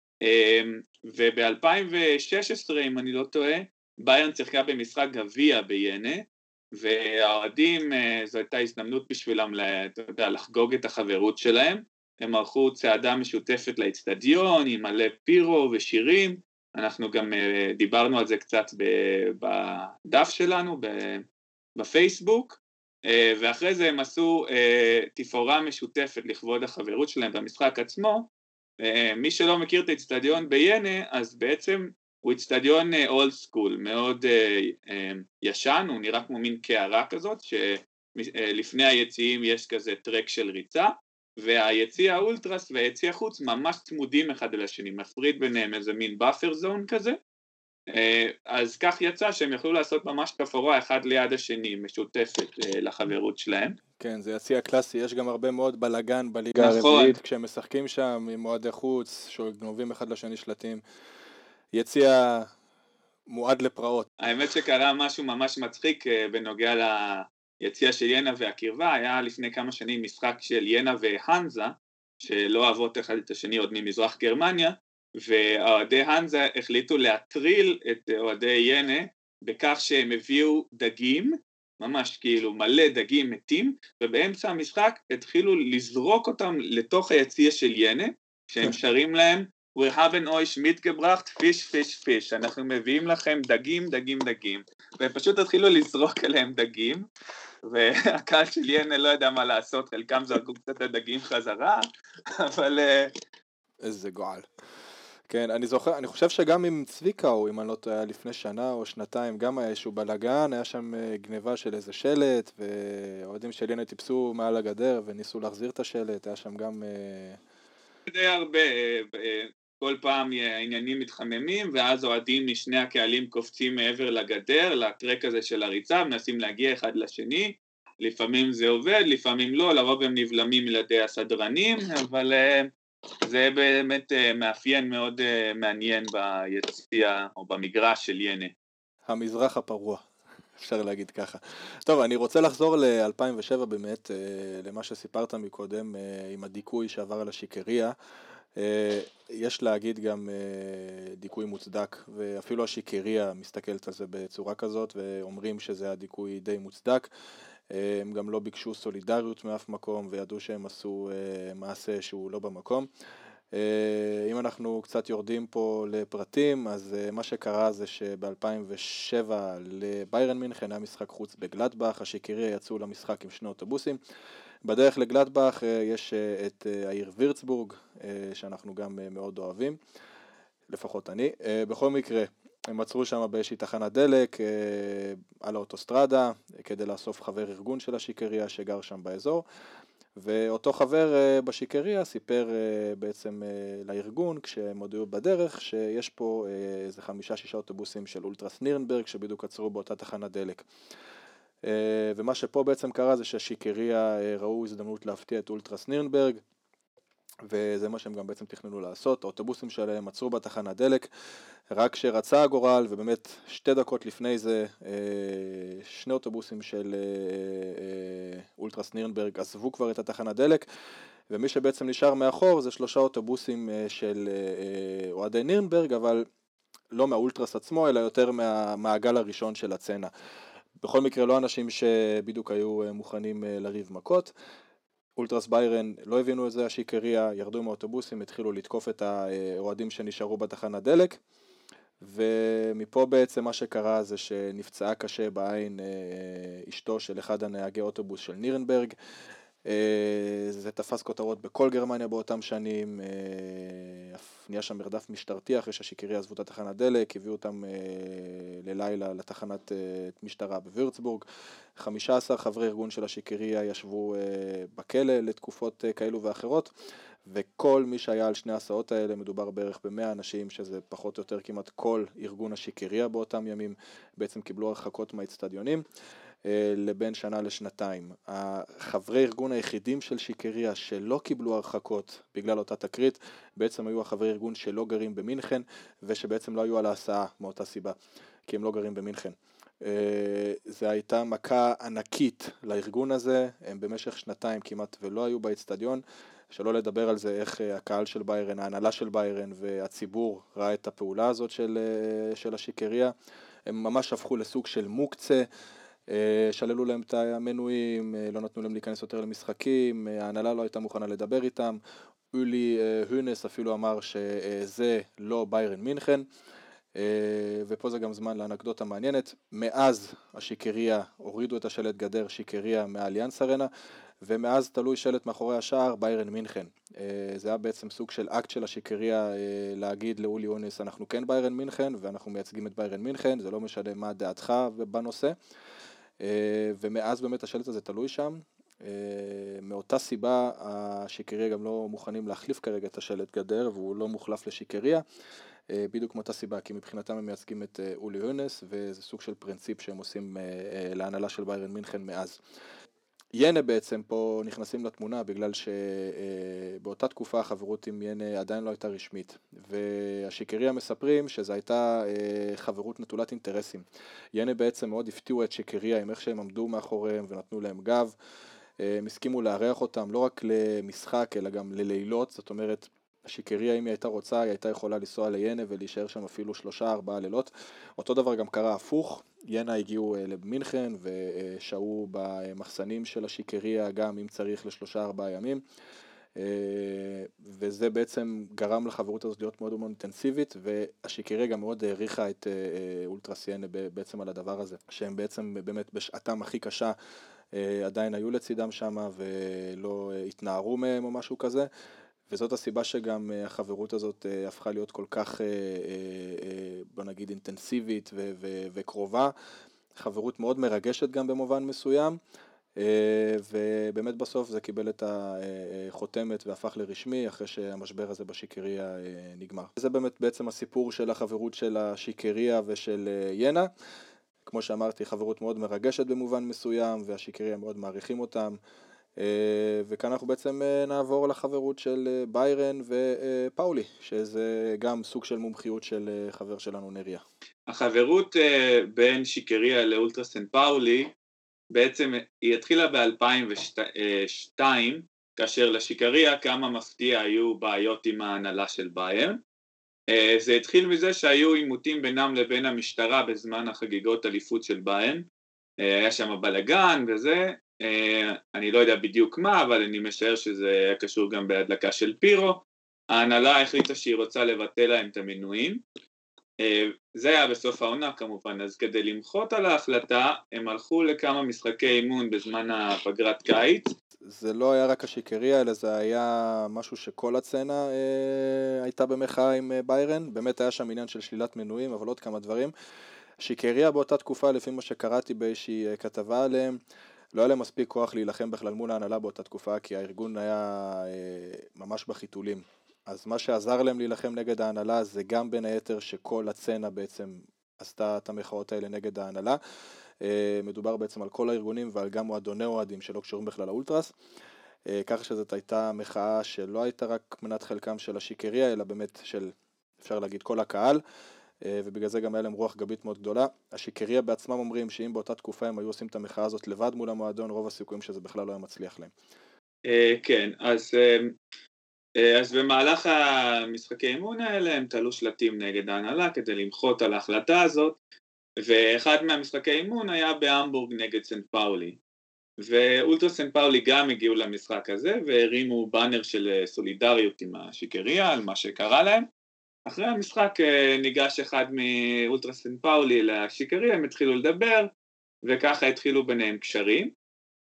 וב-אלפיים ושש עשרה אם אני לא טועה ביירן שיחקה במשחק גביע בינה, והאוהדים זו הייתה הזדמנות בשבילם אתה יודע, לחגוג את החברות שלהם, הם ערכו צעדה משותפת לאצטדיון עם מלא פירו ושירים, אנחנו גם דיברנו על זה קצת בדף שלנו בפייסבוק, ואחרי זה הם עשו תפאורה משותפת לכבוד החברות שלהם במשחק עצמו. מי שלא מכיר את האצטדיון בינה, אז בעצם הוא אצטדיון אולד סקול, מאוד ישן, הוא נראה כמו מין קערה כזאת, שלפני היציאים יש כזה טרק של ריצה, והיציע האולטרס והיציע החוץ ממש צמודים אחד אל השני, מפריד ביניהם איזה מין באפר זון כזה, אז כך יצא שהם יכלו לעשות ממש תפאורה אחד ליד השני, משותפת לחברות שלהם. כן, זה יציע קלאסי, יש גם הרבה מאוד בלגן בליגה הרביעית, כשהם משחקים שם עם מועדי חוץ, שגנובים אחד לשני שלטים, יציע מועד לפרעות. האמת שקרה משהו ממש מצחיק בנוגע ליציע של ינה והקרבה, היה לפני כמה שנים משחק של ינה והנזה, שלא אוהבות אחד את השני עוד ממזרח גרמניה, ואוהדי הנזה החליטו להטריל את אוהדי ינה, בכך שהם הביאו דגים, ממש כאילו מלא דגים מתים, ובאמצע המשחק התחילו לזרוק אותם לתוך היציע של ינה, שהם שרים להם, Wir haben euch mitgebracht, fish, fish, fish, אנחנו מביאים לכם דגים, דגים, דגים, והם פשוט התחילו לזרוק אליהם דגים, והקהל של ינה לא ידע מה לעשות, חלקם זרקו קצת הדגים חזרה, אבל... איזה גועל. כן, אני זוכר, אני חושב שגם עם צביקה, או אם אני לא טועה, לפני שנה או שנתיים, גם היה איזשהו בלגן, היה שם גניבה של איזה שלט, ואוהדים של ינה טיפסו מעל הגדר, וניסו להחזיר את השלט, היה שם גם... די הרבה, כל פעם העניינים מתחממים, ואז אוהדים משני הקהלים קופצים מעבר לגדר, לטרק הזה של הריצה, מנסים להגיע אחד לשני, לפעמים זה עובד, לפעמים לא, לרוב הם נבלמים לידי הסדרנים, אבל... זה באמת מאפיין מאוד מעניין ביציע או במגרש של ינה. המזרח הפרוע, אפשר להגיד ככה. טוב, אני רוצה לחזור ל-אלפיים ושבע באמת, למה שסיפרת מקודם עם הדיכוי שעבר על השיקריה. יש להגיד גם דיכוי מוצדק, ואפילו השיקריה מסתכלת על זה בצורה כזאת, ואומרים שזה הדיכוי די מוצדק. הם גם לא ביקשו סולידריות מאף מקום, וידעו שהם עשו מעשה שהוא לא במקום. אם אנחנו קצת יורדים פה לפרטים, אז מה שקרה זה שב-אלפיים ושבע לביירן מינכן היה משחק חוץ בגלדבך, השיקריה יצאו למשחק עם שני אוטובוסים. בדרך לגלדבך יש את העיר וירצבורג, שאנחנו גם מאוד אוהבים, לפחות אני. בכל מקרה, הם עצרו שם באיזושהי תחנת דלק על האוטוסטרדה כדי לאסוף חבר ארגון של השיקריה שגר שם באזור, ואותו חבר בשיקריה סיפר בעצם לארגון כשהם הודיעו בדרך שיש פה איזה חמישה שישה אוטובוסים של אולטרס נירנברג שבדיוק עצרו באותה תחנת דלק. ומה שפה בעצם קרה זה שהשיקריה ראו הזדמנות להפתיע את אולטרס נירנברג, וזה מה שהם גם בעצם תכננו לעשות. האוטובוסים שלהם עצרו בתחנת דלק, רק שרצה הגורל, ובאמת שתי דקות לפני זה שני אוטובוסים של אולטרס נירנברג עזבו כבר את התחנת דלק, ומי שבעצם נשאר מאחור זה שלושה אוטובוסים של אוהדי נירנברג, אבל לא מהאולטרס עצמו, אלא יותר מהמעגל הראשון של הצנה. בכל מקרה לא אנשים שבדיוק היו מוכנים לריב מכות. אולטרס ביירן לא הבינו את זה, השיקריה ירדו מהאוטובוסים, התחילו לתקוף את האוהדים שנשארו בתחנת דלק, ומפה בעצם מה שקרה זה שנפצעה קשה בעין אשתו של אחד הנהגי אוטובוס של נירנברג, זה תפס כותרות בכל גרמניה באותם שנים, נהיה שם מרדף משטרתי אחרי שהשיקריה עזבו את התחנת דלק, הביאו אותם ללילה לתחנת משטרה בווירצבורג. חמישה עשר חברי ארגון של השיקריה ישבו בכלא לתקופות כאלו ואחרות, וכל מי שהיה על שני הסעות האלה, מדובר בערך במאה אנשים, שזה פחות או יותר כמעט כל ארגון השיקריה באותם ימים, בעצם קיבלו הרחקות מהאצטדיונים, לבין שנה לשנתיים. החברי ארגון היחידים של שיקריה שלא קיבלו הרחקות בגלל אותה תקרית, בעצם היו החברי ארגון שלא גרים במינכן, ושבעצם לא היו על ההסעה מאותה סיבה, כי הם לא גרים במינכן. זה הייתה מכה ענקית לארגון הזה, הם במשך שנתיים כמעט ולא היו באצטדיון, שלא לדבר על זה איך הקהל של ביירן, ההנהלה של ביירן והציבור ראה את הפעולה הזאת של, של השיקריה. הם ממש הפכו לסוג של מוקצה, שללו להם את המנויים, לא נתנו להם להיכנס יותר למשחקים, ההנהלה לא הייתה מוכנה לדבר איתם. אולי הונס אפילו אמר שזה לא ביירן מינכן, ופה זה גם זמן לאנקדוטה מעניינת. מאז השיקריה הורידו את השלט גדר שיקריה מאליאנס ארנה, ומאז תלוי שלט מאחורי השער ביירן מינכן. זה היה בעצם סוג של אקט של השיקריה להגיד לאולי הונס, אנחנו כן ביירן מינכן ואנחנו מייצגים את ביירן מינכן, זה לא משנה מה דעתך בנושא. ומאז באמת השלט הזה תלוי שם. מאותה סיבה השיקריה גם לא מוכנים להחליף כרגע את השלט גדר, והוא לא מוחלף לשיקריה, בדיוק מאותה סיבה, כי מבחינתם הם מייצגים את אולי הונס, וזה סוג של פרינציפ שהם עושים להנהלה של ביירן מינכן מאז. ינה בעצם פה נכנסים לתמונה, בגלל שבאותה תקופה החברות עם ינה עדיין לא הייתה רשמית, והשיקריה מספרים שזו הייתה חברות נטולת אינטרסים. ינה בעצם מאוד הפתיעו את שיקריה עם איך שהם עמדו מאחוריהם ונתנו להם גב, הם הסכימו לארח אותם לא רק למשחק אלא גם ללילות, זאת אומרת השיקריה אם היא הייתה רוצה היא הייתה יכולה לנסוע לינה ולהישאר שם אפילו שלושה ארבעה לילות. אותו דבר גם קרה הפוך, ינה הגיעו למינכן ושהו במחסנים של השיקריה גם אם צריך לשלושה ארבעה ימים, וזה בעצם גרם לחברות הזאת להיות מאוד מאוד אינטנסיבית, והשיקריה גם מאוד העריכה את אולטרס ינה בעצם על הדבר הזה, שהם בעצם באמת בשעתם הכי קשה עדיין היו לצידם שם ולא התנערו מהם או משהו כזה, וזאת הסיבה שגם החברות הזאת הפכה להיות כל כך, בוא נגיד, אינטנסיבית ו- ו- וקרובה, חברות מאוד מרגשת גם במובן מסוים, ובאמת בסוף זה קיבל את החותמת והפך לרשמי אחרי שהמשבר הזה בשיקריה נגמר. זה באמת בעצם הסיפור של החברות של השיקריה ושל ינה. כמו שאמרתי, חברות מאוד מרגשת במובן מסוים, והשיקריה מאוד מעריכים אותם, וכאן אנחנו בעצם נעבור לחברות של ביירן ופאולי, שזה גם סוג של מומחיות של חבר שלנו נריה. החברות בין שיקריה לאולטרס סן פאולי, בעצם היא התחילה ב-אלפיים ושתיים, כאשר לשיקריה כמה מפתיע היו בעיות עם ההנהלה של ביירן. זה התחיל מזה שהיו עימותים בינם לבין המשטרה בזמן החגיגות אליפות של ביירן, היה שם בלגן וזה, אני לא יודע בדיוק מה, אבל אני משער שזה היה קשור גם בהדלקה של פירו. ההנהלה החליטה שהיא רוצה לבטל להם את המנויים, זה היה בסוף העונה כמובן, אז כדי למחות על ההחלטה הם הלכו לכמה משחקי אימון בזמן הפגרת קיץ. זה לא היה רק השיקריה, אלא זה היה משהו שכל הצנה אה, הייתה במחאה עם ביירן, באמת היה שם עניין של שלילת מנויים, אבל עוד כמה דברים. השיקריה באותה תקופה, לפי מה שקראתי באיזושהי כתבה עליהם, לא היה להם מספיק כוח להילחם בכלל מול ההנהלה באותה תקופה, כי הארגון היה אה, ממש בחיתולים. אז מה שעזר להם להילחם נגד ההנהלה זה גם בין היתר שכל הצנה בעצם עשתה את המחאות האלה נגד ההנהלה. מדובר בעצם על כל הארגונים ועל גם מועדוני אוהדים שלא קשורים בכלל לאולטרס, כך שזאת הייתה מחאה שלא הייתה רק מנת חלקם של השיקריה, אלא באמת של, אפשר להגיד, כל הקהל, ובגלל זה גם היה להם רוח גבית מאוד גדולה. השיקריה בעצמם אומרים שאם באותה תקופה הם היו עושים את המחאה הזאת לבד מול המועדון, רוב הסיכויים שזה בכלל לא היה מצליח להם. כן, אז... אז במהלך המשחקי אימון האלה הם תלו שלטים נגד ההנהלה כדי למחות על ההחלטה הזאת, ואחד מהמשחקי אימון היה בהמבורג נגד סן פאולי, ואולטרס סן פאולי גם הגיעו למשחק הזה והרימו באנר של סולידריות עם השיקריה על מה שקרה להם. אחרי המשחק ניגש אחד מאולטרס סן פאולי לשיקריה, הם התחילו לדבר וככה התחילו ביניהם קשרים,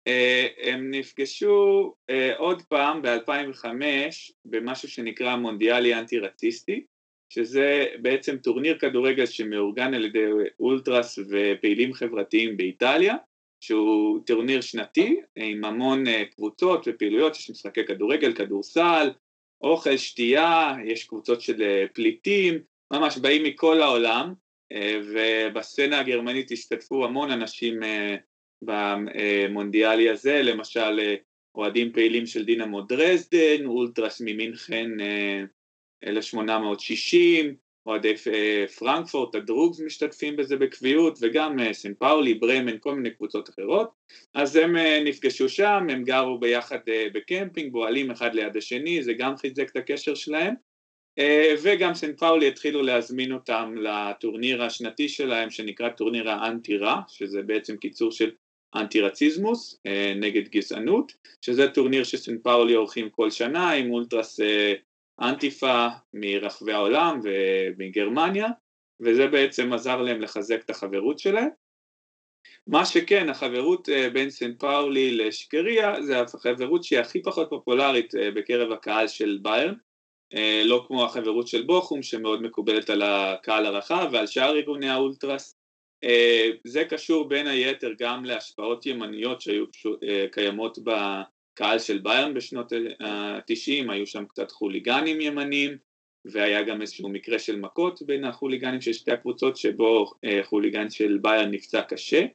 הם נפגשו עוד פעם ב-אלפיים וחמש במשהו שנקרא מונדיאלי אנטי-רציסטי, שזה בעצם טורניר כדורגל שמאורגן על ידי אולטרס ופעילים חברתיים באיטליה, שהוא טורניר שנתי עם המון קבוצות ופעילויות, יש משחקי כדורגל, כדורסל, אוכל, שתייה, יש קבוצות של פליטים, ממש באים מכל העולם, ובסצנה הגרמנית השתתפו המון אנשים במונדיאלי הזה, למשל אוהדים פעילים של דינמו דרזדן, אולטרס ממינכן אלף שמונה מאות שישים, אוהדי פרנקפורט, הדרוגס משתתפים בזה בקביעות, וגם סן פאולי, ברמן, כל מיני קבוצות אחרות. אז הם נפגשו שם, הם גרו ביחד בקמפינג, בועלים אחד ליד השני, זה גם חיזק את הקשר שלהם, וגם סן פאולי התחילו להזמין אותם לטורניר השנתי שלהם, שנקרא טורניר האנטי-רע, שזה בעצם קיצור של אנטי-רציזמוס, נגד גזענות, שזה טורניר שסן פאולי עורכים כל שנה, עם אולטרס אנטיפה מרחבי העולם ומגרמניה, וזה בעצם עזר להם לחזק את החברות שלהם. מה שכן, החברות בין סן פאולי לשיקריה, זה החברות שהיא הכי פחות פופולרית בקרב הקהל של ביירן, לא כמו החברות של בוכום, שמאוד מקובלת על הקהל הרחב ועל שאר ארגוני האולטרס. זה קשור בין היתר גם להשפעות ימניות שהיו קיימות בקהל של ביירן בשנות ה-תשעים, היו שם קצת חוליגנים ימנים, והיה גם איזשהו מקרה של מכות בין החוליגנים של שתי הקבוצות, שבו חוליגן של ביירן נפצע קשה,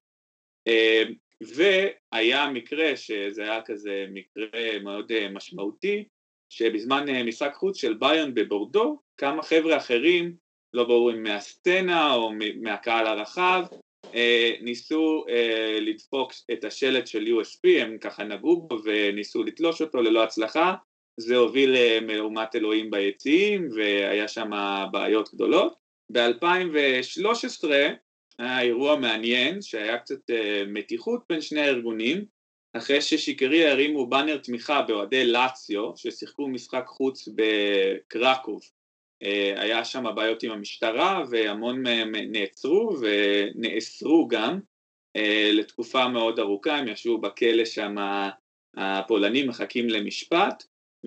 והיה מקרה שזה היה כזה מקרה מאוד משמעותי, שבזמן משחק חוץ של ביירן בבורדו, כמה חבר'ה אחרים, לא ברור אם מהסצנה או מהקהל הרחב, ניסו לדפוק את השלט של יו אס פי, הם ככה נגעו בו וניסו לתלוש אותו ללא הצלחה, זה הוביל למהומת אלוהים ביציעים, והיה שם בעיות גדולות. ב-אלפיים ושלוש עשרה היה אירוע מעניין, שהיה קצת מתיחות בין שני הארגונים, אחרי ששיקריה הרימו בנר תמיכה באוהדי לאציו, ששיחקו משחק חוץ בקרקוב. היה שם בעיות עם המשטרה, והמון מהם נעצרו ונאסרו גם לתקופה מאוד ארוכה, הם ישבו בכלא שם, הפולנים מחכים למשפט,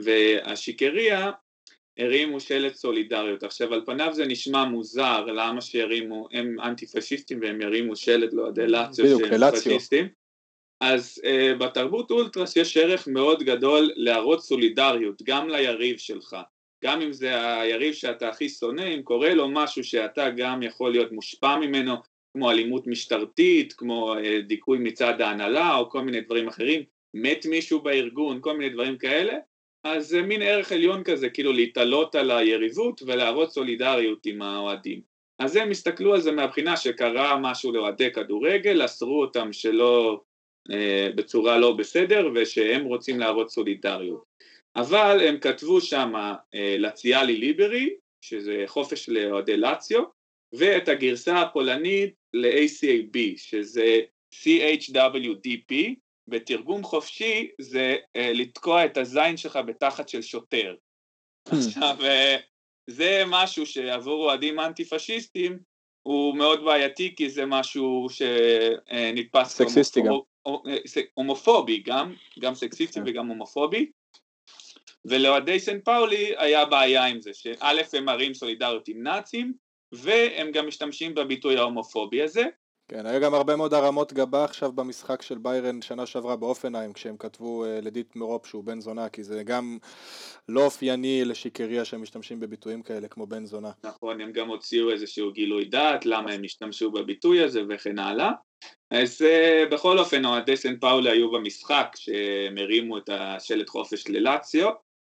והשיקריה הרימו שלט סולידריות. עכשיו, על פניו זה נשמע מוזר, למה שירימו, הם אנטי-פשיסטים והם ירימו שלט לאוהדי לאציו שהם פשיסטים. אז uh, בתרבות אולטרס יש ערך מאוד גדול להראות סולידריות, גם ליריב שלך, גם אם זה היריב שאתה הכי שונא, אם קורה לו משהו שאתה גם יכול להיות מושפע ממנו, כמו אלימות משטרתית, כמו uh, דיכוי מצד ההנהלה, או כל מיני דברים אחרים, מת מישהו בארגון, כל מיני דברים כאלה, אז זה מין ערך עליון כזה, כאילו להתעלות על היריבות ולהראות סולידריות עם האוהדים. אז הם הסתכלו על זה מהבחינה שקרה משהו לאוהדי כדורגל, אסרו אותם שלא בצורה לא בסדר, ושהם רוצים להראות סולידריות. אבל הם כתבו שם לציאלי ליברי, שזה חופש לאוהדי לאציו, ואת הגרסה הפולנית ל-איי סי איי בי, שזה סי אייץ' דאבליו די פי, בתרגום חופשי זה לתקוע את הזין שלך בתחת של שוטר. עכשיו, זה משהו שעבור אוהדים אנטי-פשיסטים, הוא מאוד בעייתי, כי זה משהו שנתפס סקסיסטי גם. הומופובי גם, גם סקסיסטי וגם הומופובי, ולאוהדי סן פאולי היה בעיה עם זה, שא' הם מראים סולידריות עם נאצים, והם גם משתמשים בביטוי ההומופובי הזה. כן, היה גם הרבה מאוד הרמות גבה עכשיו במשחק של ביירן שנה שעברה באופנהיים, כשהם כתבו לדיט מרופ שהוא בן זונה, כי זה גם לא אופייני לשיקריה שהם משתמשים בביטויים כאלה כמו בן זונה. נכון, הם גם הוציאו איזשהו גילוי דעת, למה הם השתמשו בביטוי הזה וכן הלאה. אז בכל אופן, אוהדי סן פאולי היו במשחק, שהם הרימו את השלט חופש ללאציו,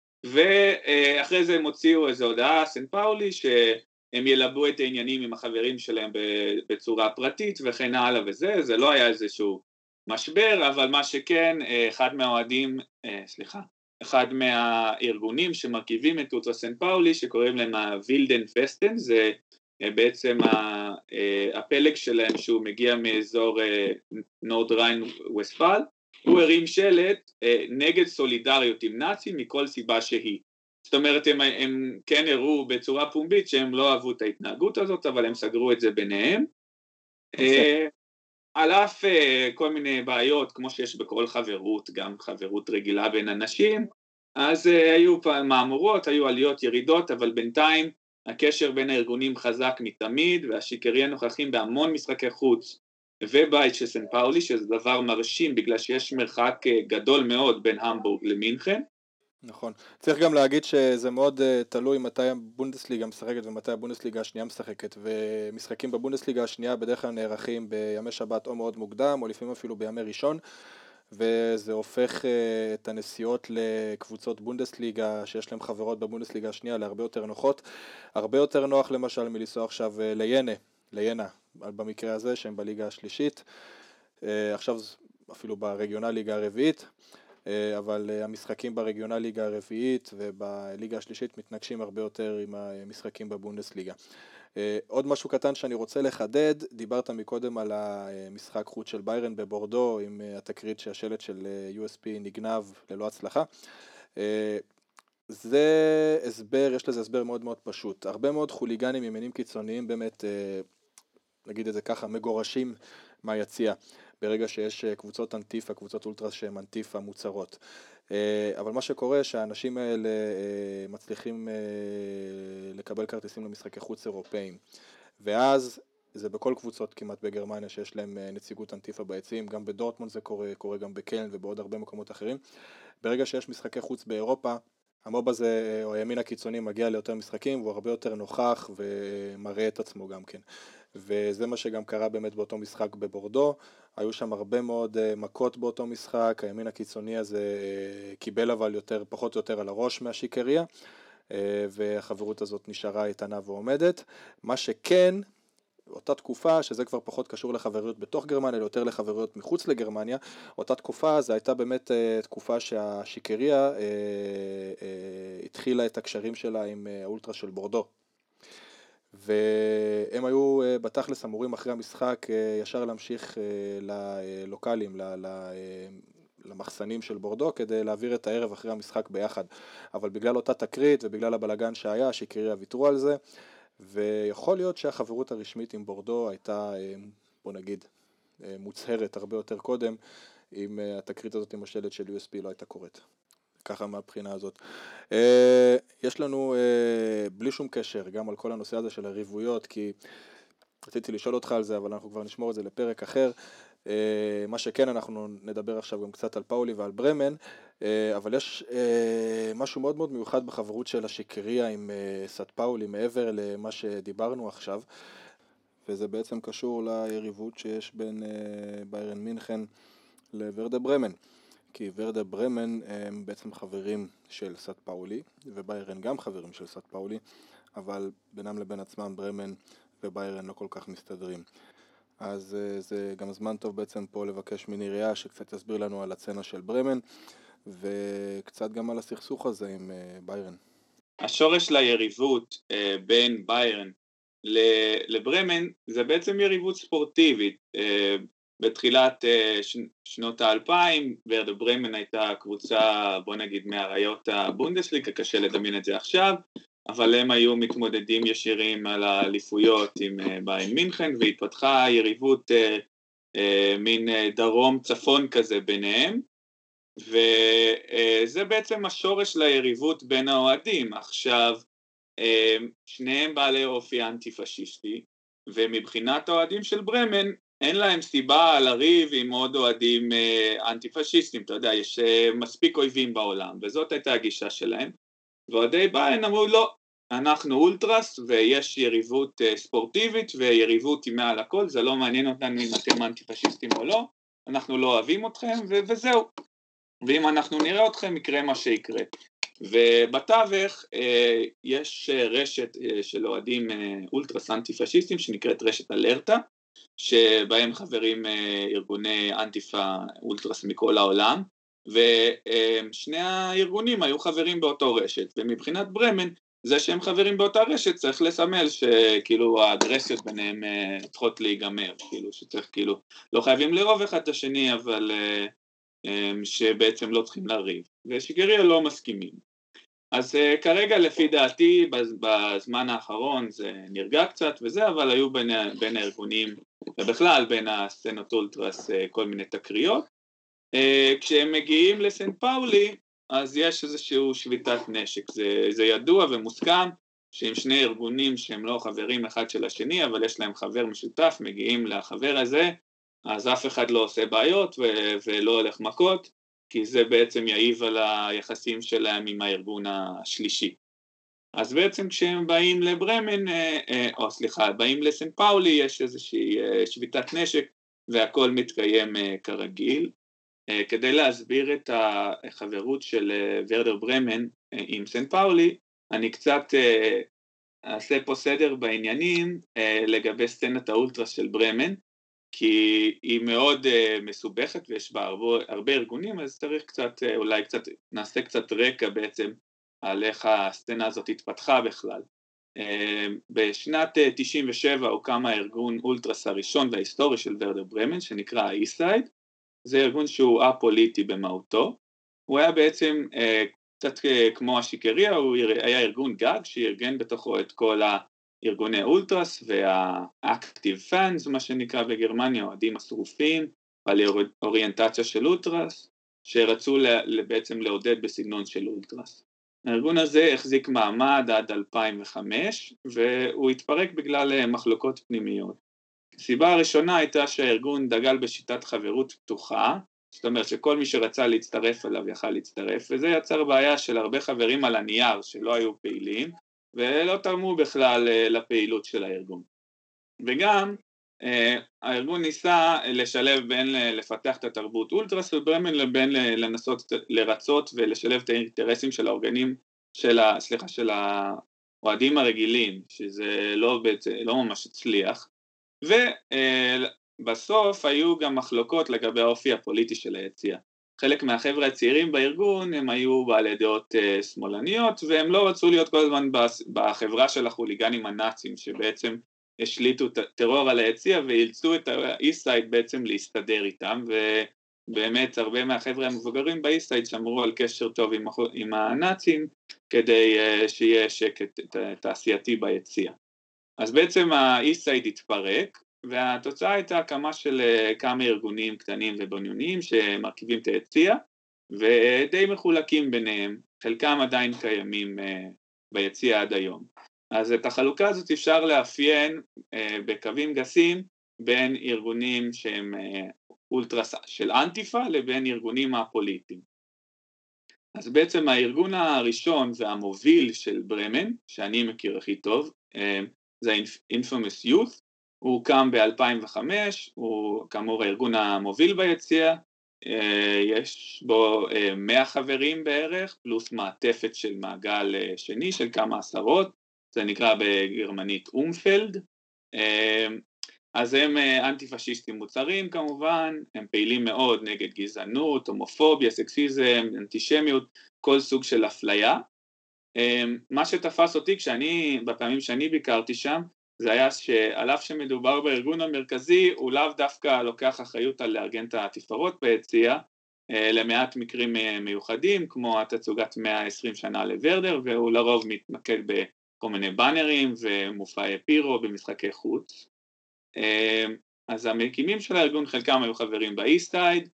ואחרי זה הם הוציאו איזו הודעה, סן פאולי, שהם ילבו את העניינים עם החברים שלהם בצורה פרטית וכן הלאה וזה, זה לא היה איזשהו משבר, אבל מה שכן, אחד מהאוהדים, סליחה, אחד מהארגונים שמרכיבים את אולטרס סן פאולי, שקוראים להם הווילדן פסטן, זה בעצם הפלג שלהם שהוא מגיע מאזור נורד ריין וספל, הוא הרים שלט נגד סולידריות עם נאצים מכל סיבה שהיא. זאת אומרת, הם, הם כן הראו בצורה פומבית שהם לא אהבו את ההתנהגות הזאת, אבל הם סגרו את זה ביניהם. על אף כל מיני בעיות, כמו שיש בכל חברות, גם חברות רגילה בין אנשים, אז היו מהמורות, היו עליות ירידות, אבל בינתיים הקשר בין הארגונים חזק מתמיד, והשיקריה נוכחים בהמון משחקי חוץ ובית של סן פאולי, שזה דבר מרשים, בגלל שיש מרחק גדול מאוד בין המבורג למינכן. נכון. צריך גם להגיד שזה מאוד uh, תלוי מתי הבונדסליגה משחקת ומתי הבונדסליגה השנייה משחקת, ומשחקים בבונדסליגה השנייה בדרך כלל נערכים בימי שבת או מאוד מוקדם, או לפעמים אפילו בימי ראשון, וזה הופך uh, את הנסיעות לקבוצות בונדסליגה שיש להם חברות בבונדסליגה השנייה להרבה יותר נוחות. הרבה יותר נוח למשל מלנסוע עכשיו uh, לינה, לינה, במקרה הזה שהם בליגה השלישית, uh, עכשיו אפילו ברגיונל ליגה הרביעית, אבל המשחקים ברגיונל ליגה הרביעית ובליגה השלישית מתנגשים הרבה יותר עם המשחקים בבונדסליגה. עוד משהו קטן שאני רוצה לחדד, דיברת מקודם על המשחק חוץ של ביירן בבורדו עם התקרית שהשלט של יו אס פי נגנב ללא הצלחה. זה הסבר, יש לזה הסבר מאוד מאוד פשוט. הרבה מאוד חוליגנים ימנים קיצוניים באמת, נגיד את זה ככה, מגורשים מהיציאה. ברגע שיש קבוצות אנטיפה, קבוצות אולטרס שהן אנטיפה מוצרות. אבל מה שקורה שהאנשים האלה מצליחים לקבל כרטיסים למשחקי חוץ אירופאים. ואז זה בכל קבוצות כמעט בגרמניה שיש להם נציגות אנטיפה ביציעים, גם בדורטמונד זה קורה, קורה גם בקלן ובעוד הרבה מקומות אחרים. ברגע שיש משחקי חוץ באירופה, המוב הזה או הימין הקיצוני מגיע ליותר משחקים והוא הרבה יותר נוכח ומראה את עצמו גם כן. וזה מה שגם קרה באמת באותו משחק בבורדו, היו שם הרבה מאוד מכות באותו משחק, הימין הקיצוני הזה קיבל אבל יותר, פחות או יותר על הראש מהשיקריה, והחברות הזאת נשארה איתנה ועומדת. מה שכן, אותה תקופה, שזה כבר פחות קשור לחברויות בתוך גרמניה, אלא יותר לחברויות מחוץ לגרמניה, אותה תקופה, זה הייתה באמת תקופה שהשיקריה התחילה את הקשרים שלה עם האולטרה של בורדו. והם היו בתכלס אמורים אחרי המשחק ישר להמשיך ללוקלים, למחסנים של בורדו, כדי להעביר את הערב אחרי המשחק ביחד. אבל בגלל אותה תקרית ובגלל הבלגן שהיה, השיקריה ויתרו על זה, ויכול להיות שהחברות הרשמית עם בורדו הייתה, בוא נגיד, מוצהרת הרבה יותר קודם, אם התקרית הזאת עם השלט של יו אס פי לא הייתה קורית. ככה מהבחינה הזאת. יש לנו בלי שום קשר גם על כל הנושא הזה של הריבויות, כי רציתי לשאול אותך על זה, אבל אנחנו כבר נשמור את זה לפרק אחר. מה שכן, אנחנו נדבר עכשיו גם קצת על פאולי ועל ברמן, אבל יש משהו מאוד מאוד מיוחד בחברות של השיקריה עם סט פאולי, מעבר למה שדיברנו עכשיו, וזה בעצם קשור ליריבות שיש בין ביירן מינכן לוורדה ברמן. כי ורדה ברמן הם בעצם חברים של סט פאולי, וביירן גם חברים של סט פאולי, אבל בינם לבין עצמם ברמן וביירן לא כל כך מסתדרים. אז זה גם זמן טוב בעצם פה לבקש מניריה שקצת יסביר לנו על הצנה של ברמן, וקצת גם על הסכסוך הזה עם ביירן. השורש ליריבות בין ביירן לברמן זה בעצם יריבות ספורטיבית. בתחילת שנות האלפיים, ורדה ברמן הייתה קבוצה, בוא נגיד, מהראיות הבונדסליגה, קשה לדמיין את זה עכשיו, אבל הם היו מתמודדים ישירים על האליפויות עם ביירן מינכן, והתפתחה יריבות מין דרום צפון כזה ביניהם, וזה בעצם השורש ליריבות בין האוהדים. עכשיו, שניהם בעלי אופי אנטי-פשיסטי, ומבחינת האוהדים של ברמן, אין להם סיבה לריב עם עוד אוהדים אנטי-פשיסטים, אתה יודע, יש מספיק אויבים בעולם, וזאת הייתה הגישה שלהם. ואוהדי ביירן אמרו, לא, אנחנו אולטרס, ויש יריבות ספורטיבית, ויריבות היא מעל הכל, זה לא מעניין אותנו אם אתם אנטי-פשיסטים או לא, אנחנו לא אוהבים אתכם, ו- וזהו. ואם אנחנו נראה אתכם, יקרה מה שיקרה. ובתווך יש רשת של אוהדים אולטרס אנטי-פשיסטים, שנקראת רשת אלרטה, שבהם חברים ארגוני אנטיפה אולטרס מכל העולם, ושני הארגונים היו חברים באותו רשת, ומבחינת ברמן, זה שהם חברים באותה רשת צריך לסמל שכאילו האגרסיות ביניהם צריכות להיגמר, כאילו שצריך כאילו, לא חייבים לרוב אחד את השני, אבל שבעצם לא צריכים לריב, ושיקריה לא מסכימים. אז uh, כרגע לפי דעתי בזמן האחרון זה נרגע קצת וזה, אבל היו בין, בין הארגונים ובכלל בין הסצנות אולטרס uh, כל מיני תקריות. Uh, כשהם מגיעים לסן פאולי אז יש איזשהו שביתת נשק, זה, זה ידוע ומוסכם שעם שני ארגונים שהם לא חברים אחד של השני אבל יש להם חבר משותף, מגיעים לחבר הזה, אז אף אחד לא עושה בעיות ו- ולא הולך מכות, כי זה בעצם יעיב על היחסים שלהם עם הארגון השלישי. אז בעצם כשהם באים לברמן, או סליחה, באים לסן פאולי, יש איזושהי שביתת נשק והכל מתקיים כרגיל. כדי להסביר את החברות של ורדר ברמן עם סן פאולי, אני קצת אעשה פה סדר בעניינים לגבי סצנת האולטרס של ברמן, כי היא מאוד uh, מסובכת ויש בה הרבה, הרבה ארגונים, אז צריך קצת, uh, אולי קצת, נעשה קצת רקע בעצם על איך הסצנה הזאת התפתחה בכלל. Uh, בשנת uh, תשעים ושבע הוקם הארגון אולטרס הראשון וההיסטורי של ורדר ברמן, שנקרא האיסייד. זה ארגון שהוא א-פוליטי במהותו. הוא היה בעצם uh, קצת uh, כמו השיקריה, הוא היה ארגון גג שארגן בתוכו את כל ה... ארגוני אולטרס והאקטיב פאנס, מה שנקרא בגרמניה, אוהדים השרופים, על אוריינטציה של אולטרס, שרצו בעצם לעודד בסגנון של אולטרס. הארגון הזה החזיק מעמד עד אלפיים וחמש, והוא התפרק בגלל מחלוקות פנימיות. הסיבה הראשונה הייתה שהארגון דגל בשיטת חברות פתוחה, זאת אומרת שכל מי שרצה להצטרף אליו יכל להצטרף, וזה יצר בעיה של הרבה חברים על הנייר שלא היו פעילים, ולא תרמו בכלל לפעילות של הארגון. וגם הארגון ניסה לשלב בין לפתח את התרבות אולטרס וברמן לבין לנסות לרצות ולשלב את האינטרסים של האורגנים, של ה, סליחה, של האוהדים הרגילים, שזה לא, לא ממש הצליח. ובסוף היו גם מחלוקות לגבי האופי הפוליטי של היציאה. חלק מהחבר'ה הצעירים בארגון הם היו בעלי דעות uh, שמאלניות, והם לא רצו להיות כל הזמן בחברה של החוליגנים הנאצים, שבעצם השליטו טרור על היציאה ואילצו את האיסייד בעצם להסתדר איתם, ובאמת הרבה מהחבר'ה המבוגרים באיסייד שמרו על קשר טוב עם, עם הנאצים, כדי uh, שיהיה שקט תעשייתי ביציאה. אז בעצם האיסייד התפרק, והתוצאה הייתה הקמה של כמה ארגונים קטנים ובינוניים שמרכיבים את היציאה, ודי מחולקים ביניהם, חלקם עדיין קיימים ביציאה עד היום. אז את החלוקה הזאת אפשר לאפיין בקווים גסים בין ארגונים שהם אולטרס של אנטיפה לבין ארגונים הפוליטיים. אז בעצם הארגון הראשון והמוביל של ברמן, שאני מכיר הכי טוב, זה ה-Infamous Youth, הוא הוקם ב-אלפיים וחמש, הוא כאמור הארגון המוביל ביציאה, יש בו מאה חברים בערך, פלוס מעטפת של מעגל שני של כמה עשרות, זה נקרא בגרמנית אומפלד, אז הם אנטי-פשיסטים מוצרים כמובן, הם פעילים מאוד נגד גזענות, הומופוביה, סקסיזם, אנטישמיות, כל סוג של אפליה. מה שתפס אותי כשאני, בפעמים שאני ביקרתי שם, זה היה שעל אף שמדובר בארגון המרכזי, הוא לאו דווקא לוקח אחריות על לארגן את התפארות ביציאה, למעט מקרים מיוחדים, כמו התצוגת מאה ועשרים שנה לוורדר, והוא לרוב מתמקד בכל מיני באנרים ומופעי פירו במשחקי חוץ. אז המקימים של הארגון חלקם היו חברים באיסטייד,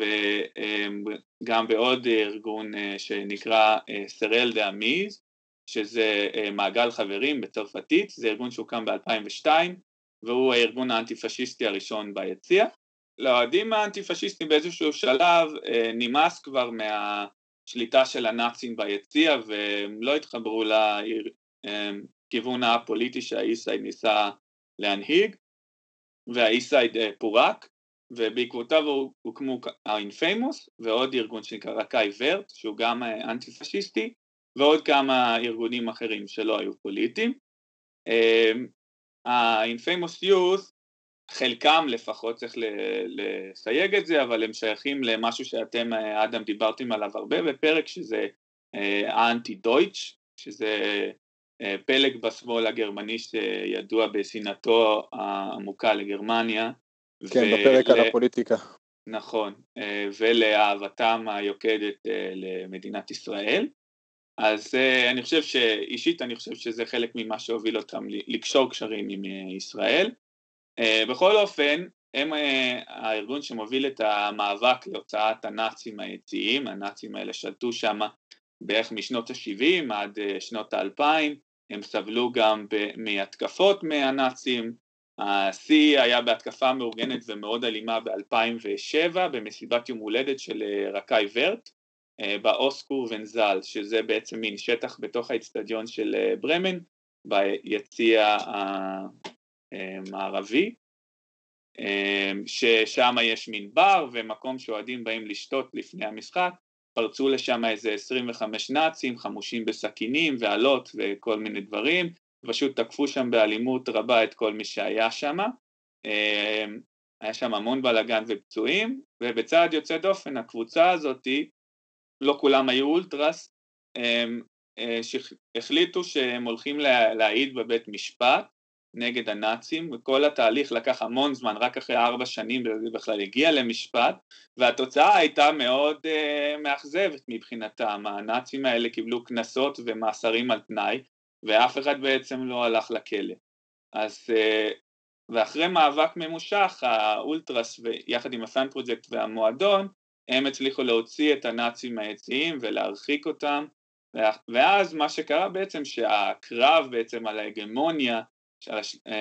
וגם בעוד ארגון שנקרא סרל דה אמיז, שזה מעגל חברים בצרפתית, זה ארגון שהוקם ב-אלפיים ושתיים, והוא הארגון האנטי-פשיסטי הראשון ביציאה. לאוהדים האנטי-פשיסטים באיזשהו שלב נמאס כבר מהשליטה של הנאצים ביציאה, והם לא התחברו לכיוון הפוליטי שהאיסייד ניסה להנהיג, והאיסייד פורק, ובעקבותיו הוקמו ה-Infamous, ועוד ארגון שנקרא רקאי ורט, שהוא גם אנטי-פשיסטי, ועוד כמה ארגונים אחרים שלא היו פוליטיים. ה-Infamous Youth, חלקם לפחות צריך לסייג את זה, אבל הם שייכים למשהו שאתם, אדם, דיברתם עליו הרבה בפרק, שזה האנטי-דויטש, שזה פלג בשמאל הגרמני שידוע בסינתו העמוקה לגרמניה. כן, ול... בפרק על הפוליטיקה. נכון, ולאהבתם היוקדת למדינת ישראל. אז אני חושב שאישית, אני חושב שזה חלק ממה שהוביל אותם לקשור קשרים עם ישראל. בכל אופן, הם הארגון שמוביל את המאבק להוצאת הנאצים היציאים, הנאצים האלה שלטו שם בערך משנות ה-שבעים עד שנות ה-אלפיים, הם סבלו גם מהתקפות מהנאצים, השיא היה בהתקפה מאורגנת ומאוד אלימה ב-אלפיים ושבע, במסיבת יום הולדת של רקאי ורט, באוסקור ונזל, שזה בעצם מין שטח בתוך האצטדיון של ברמן, ביציע המערבי, ששם יש מין בר ומקום שאוהדים באים לשתות לפני המשחק, פרצו לשם איזה עשרים וחמישה נאצים, חמושים בסכינים ועלות וכל מיני דברים, פשוט תקפו שם באלימות רבה את כל מי שהיה שם, היה שם המון בלגן ופצועים, ובצד יוצא דופן הקבוצה הזאת, לא כולם היו אולטרס, שהחליטו שהם הולכים להעיד בבית משפט נגד הנאצים, וכל התהליך לקח המון זמן, רק אחרי ארבע שנים בכלל הגיע למשפט, והתוצאה הייתה מאוד uh, מאכזבת מבחינתם, הנאצים האלה קיבלו כנסות ומאסרים על תנאי, ואף אחד בעצם לא הלך לכלא. אז, uh, ואחרי מאבק ממושך, האולטרס ויחד עם הפאן פרוג'קט והמועדון, הם הצליחו להוציא את הנאצים היציאים ולהרחיק אותם, ואז מה שקרה בעצם שהקרב בעצם על ההגמוניה של,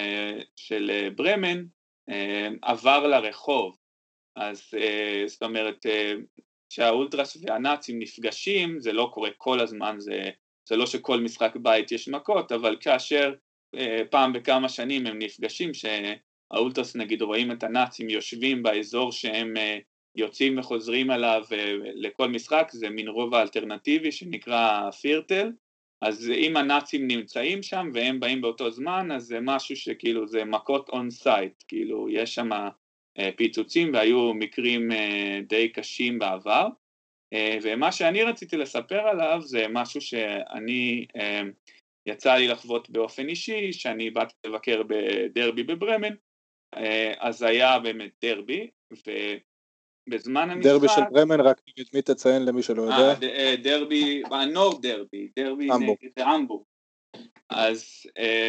של ברמן עבר לרחוב, אז זאת אומרת שהאולטרס והנאצים נפגשים, זה לא קורה כל הזמן, זה, זה לא שכל משחק בית יש מכות, אבל כאשר פעם בכמה שנים הם נפגשים, שהאולטרס נגיד רואים את הנאצים יושבים באזור שהם יוצאים וחוזרים עליו לכל משחק, זה מין רובע אלטרנטיבי שנקרא פירטל, אז אם הנאצים נמצאים שם והם באים באותו זמן, אז זה משהו שכאילו זה מכות און סייט, כאילו יש שם פיצוצים והיו מקרים די קשים בעבר, ומה שאני רציתי לספר עליו זה משהו שאני יצא לי לחוות באופן אישי, שאני באתי לבקר בדרבי בברמן, אז היה באמת דרבי, ו... בזמן המשחק... דרבי של ברמן, רק מי תציין למי שלא יודע? אה, דרבי, הנור דרבי, דרבי נגד המבורג. אז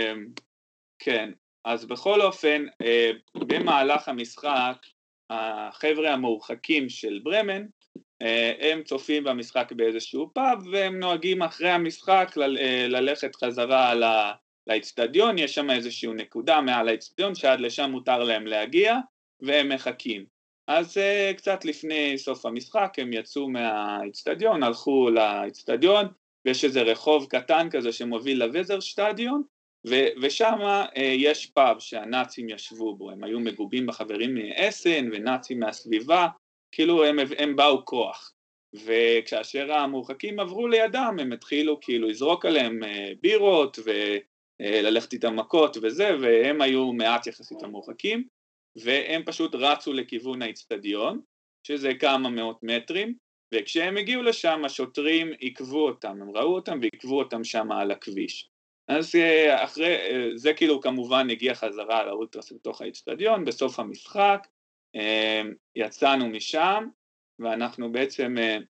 כן, אז בכל אופן, במהלך המשחק, החבר'ה המורחקים של ברמן, הם צופים במשחק באיזשהו פאב, והם נוהגים אחרי המשחק ללכת חזרה לאצטדיון, יש שם איזשהו נקודה מעל האצטדיון, שעד לשם מותר להם להגיע, והם מחכים. אז uh, קצת לפני סוף המשחק הם יצאו מהאצטדיון, הלכו לאצטדיון, ויש איזה רחוב קטן כזה שמוביל לווזר שטדיון, ו- ושם uh, יש פאב שהנאצים ישבו בו, הם היו מגובים בחברים מאסן ונאצים מהסביבה, כאילו הם, הם באו כוח, וכאשר המורחקים עברו לידם, הם התחילו כאילו לזרוק עליהם uh, בירות וללכת איתם מכות וזה, והם היו מעט יחסית המורחקים, והם פשוט רצו לכיוון האצטדיון, שזה כמה מאות מטרים, וכשהם הגיעו לשם, השוטרים עקבו אותם, הם ראו אותם ועקבו אותם שם על הכביש. אז אחרי, זה כאילו כמובן הגיע חזרה לאולטרס בתוך האצטדיון, בסוף המשחק, יצאנו משם, ואנחנו בעצם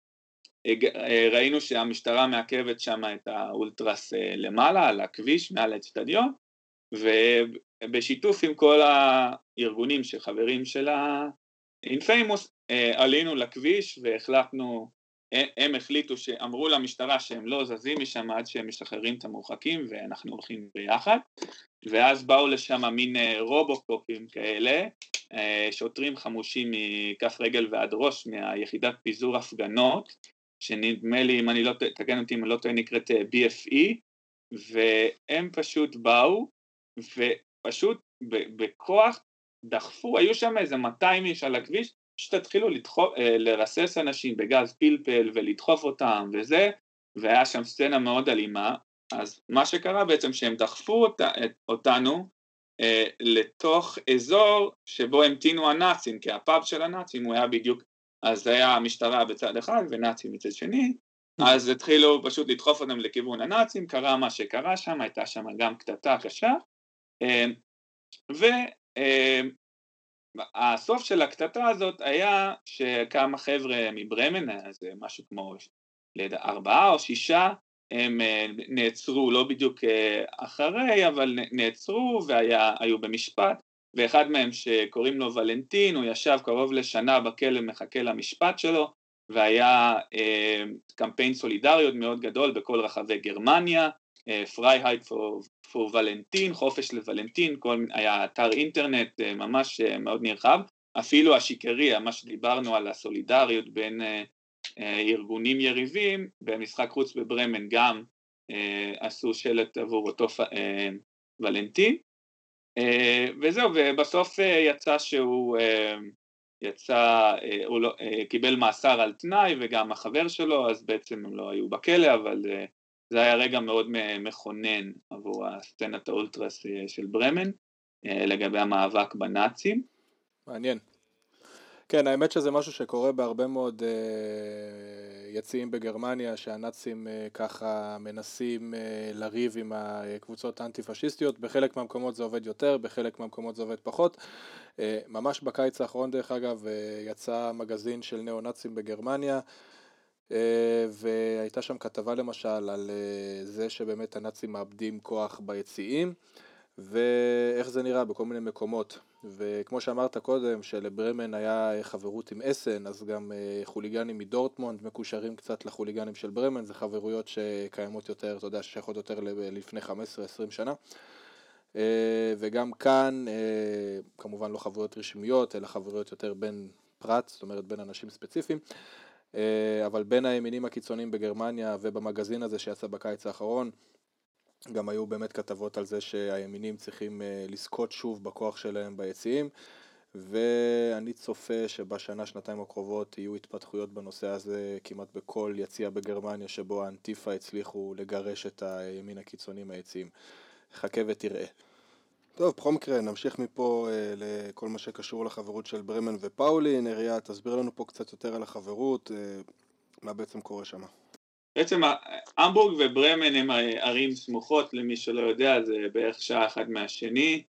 ראינו שהמשטרה מעכבת שם את האולטרס למעלה, על הכביש, מעל האצטדיון, ובשיתוף עם כל הארגונים שחברים של ה-Infamous, עלינו לכביש והחלטנו, הם החליטו שאמרו למשטרה שהם לא זזים משם עד שהם משחררים את המורחקים, ואנחנו הולכים ביחד, ואז באו לשם מין רובוקופים כאלה, שוטרים חמושים מכף רגל ועד ראש מהיחידת פיזור הפגנות, שנדמה לי, אם אני לא, תגן אותי אם אני לא טועה, נקראת בי אף אי, והם פשוט באו, ופשוט בכוח דחפו, היו שם איזה מאתיים איש על הכביש, שתתחילו לדחוף, לרסס אנשים בגז פלפל ולדחוף אותם וזה, והיה שם סצנה מאוד אלימה. אז מה שקרה בעצם שהם דחפו אותה, אותנו אה, לתוך אזור שבו המתינו הנאצים, כי הפאב של הנאצים הוא היה בדיוק, אז היה המשטרה בצד אחד ונאצים מצד שני, אז התחילו פשוט לדחוף אותם לכיוון הנאצים, קרה מה שקרה שם, הייתה שם גם קטטה קשה, אה, ו... אה, הסוף של הקטטה הזאת היה שכמה חבר'ה מברמן, זה משהו כמו ארבעה או שישה, הם נעצרו לא בדיוק אחרי, אבל נעצרו והיו במשפט, ואחד מהם שקוראים לו ולנטין, הוא ישב קרוב לשנה בכלא מחכה למשפט שלו, והיה קמפיין סולידריות מאוד גדול בכל רחבי גרמניה, Freiheit for ולנטין, חופש לוולנטין, כל, היה אתר אינטרנט ממש מאוד נרחב, אפילו השיקריה, מה שדיברנו על הסולידריות בין ארגונים יריבים, במשחק חוץ בברמן גם עשו שלט עבור אותו ולנטין, וזהו, ובסוף יצא שהוא יצא, הוא לא, קיבל מאסר על תנאי, וגם החבר שלו, אז בעצם הם לא היו בכלא, אבל זה היה רגע מאוד מכונן עבור הסצנת האולטרס של ברמן, לגבי המאבק בנאצים. מעניין. כן, האמת שזה משהו שקורה בהרבה מאוד uh, יציאים בגרמניה, שהנאצים uh, ככה מנסים uh, לריב עם הקבוצות האנטי-פשיסטיות, בחלק מהמקומות זה עובד יותר, בחלק מהמקומות זה עובד פחות. Uh, ממש בקיץ האחרון דרך אגב, uh, יצא מגזין של נאו-נאצים בגרמניה, uh, והייתה שם כתבה למשל על uh, זה שבאמת הנאצים מאבדים כוח ביציאים, ואיך זה נראה בכל מיני מקומות. וכמו שאמרת קודם, שלברמן היה חברות עם אסן, אז גם חוליגנים מדורטמונד מקושרים קצת לחוליגנים של ברמן, זה חברויות שקיימות יותר, אתה יודע, ששייכות יותר לפני חמש עשרה עשרים שנה. וגם כאן, כמובן לא חברויות רשמיות, אלא חברויות יותר בין פרט, זאת אומרת בין אנשים ספציפיים, אבל בין הימינים הקיצוניים בגרמניה ובמגזין הזה שיצא בקיץ האחרון, גם היו באמת כתבות על זה שהימינים צריכים לזכות שוב בכוח שלהם ביציעים, ואני צופה שבשנה, שנתיים הקרובות יהיו התפתחויות בנושא הזה כמעט בכל יציע בגרמניה, שבו האנטיפה הצליחו לגרש את הימין הקיצוני מהיציעים. חכה ותראה. טוב, בכל מקרה, נמשיך מפה אה, לכל מה שקשור לחברות של ברמן ופאולי. נריה, תסביר לנו פה קצת יותר על החברות, אה, מה בעצם קורה שם. בעצם המבורג וברמן הם ערים סמוכות, למי שלא יודע, זה בערך שעה אחד מהשני,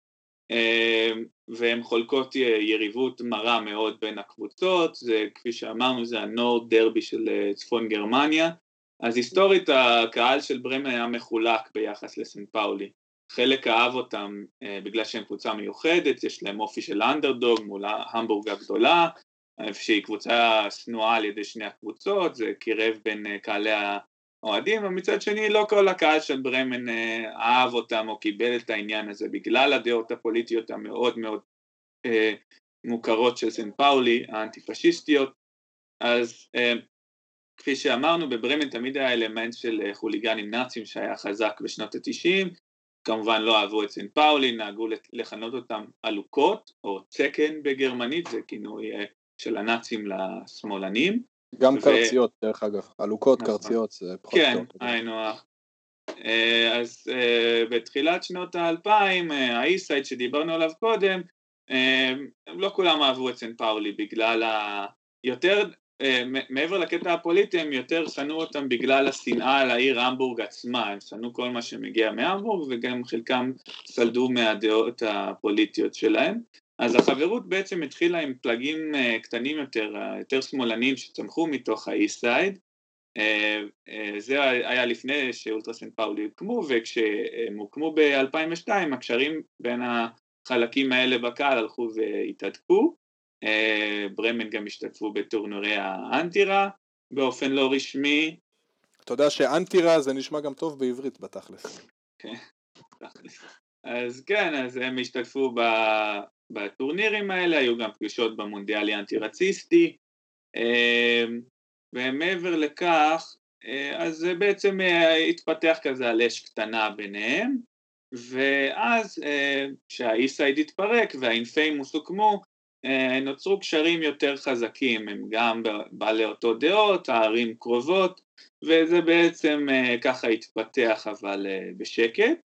והן חולקות יריבות מרה מאוד בין הקבוצות, זה כפי שאמרנו, זה הנורד דרבי של צפון גרמניה, אז היסטורית הקהל של ברמן היה מחולק ביחס לסן פאולי, חלק אהב אותם בגלל שהם קבוצה מיוחדת, יש להם אופי של אנדרדוג מול המבורג הגדולה, שהיא קבוצה סנועה על ידי שני הקבוצות, זה קירב בין קהלי האוהדים, ומצד שני לא כל הקהל של ברמן אהב אותם או קיבל את העניין הזה, בגלל הדעות הפוליטיות המאוד מאוד אה, מוכרות של סן פאולי, האנטי-פשיסטיות, אז אה, כפי שאמרנו, בברמן תמיד היה אלמנט של חוליגנים נאצים שהיה חזק בשנות ה-תשעים, כמובן לא אהבו את סן פאולי, נהגו לכנות אותם אלוקות, או צקן בגרמנית, זה כינוי אה, של הנאצים לשמאלנים. גם ו... קרציות, דרך אגב. עלוקות, נכון. קרציות, זה פחות כן, טוב. כן, היינו. אז בתחילת שנות האלפיים, האיסייד שדיברנו עליו קודם, לא כולם אהבו את סן פאולי, בגלל ה... יותר, מעבר לקטע הפוליטי, הם יותר שנאו אותם בגלל השנאה על העיר המבורג עצמה, הם שנאו כל מה שמגיע מהמבורג, וגם חלקם סלדו מהדעות הפוליטיות שלהם. אז החברות בעצם התחילה עם פלגים קטנים יותר, יותר שמאלנים שצמחו מתוך האיסייד, זה היה לפני שאולטרה סן פאולי הוקמו, וכשהם הוקמו ב-אלפיים ושתיים, הקשרים בין החלקים האלה בקהל הלכו והתהדקו, ברמן גם השתתפו בטורנירי האנטירה, באופן לא רשמי. אתה יודע שאנטירה זה נשמע גם טוב בעברית בתכלס. כן, בתכלס. אז כן, אז הם השתתפו בטורנירים האלה, היו גם פגישות במונדיאלי אנטי-רציסטי, ומעבר לכך, אז בעצם התפתח כזה על אש קטנה ביניהם, ואז כשהאיסייד התפרק והאינפיימוס הוקמו, נוצרו קשרים יותר חזקים, הם גם בעלי אותו דעות, הערים קרובות, וזה בעצם ככה התפתח אבל בשקט,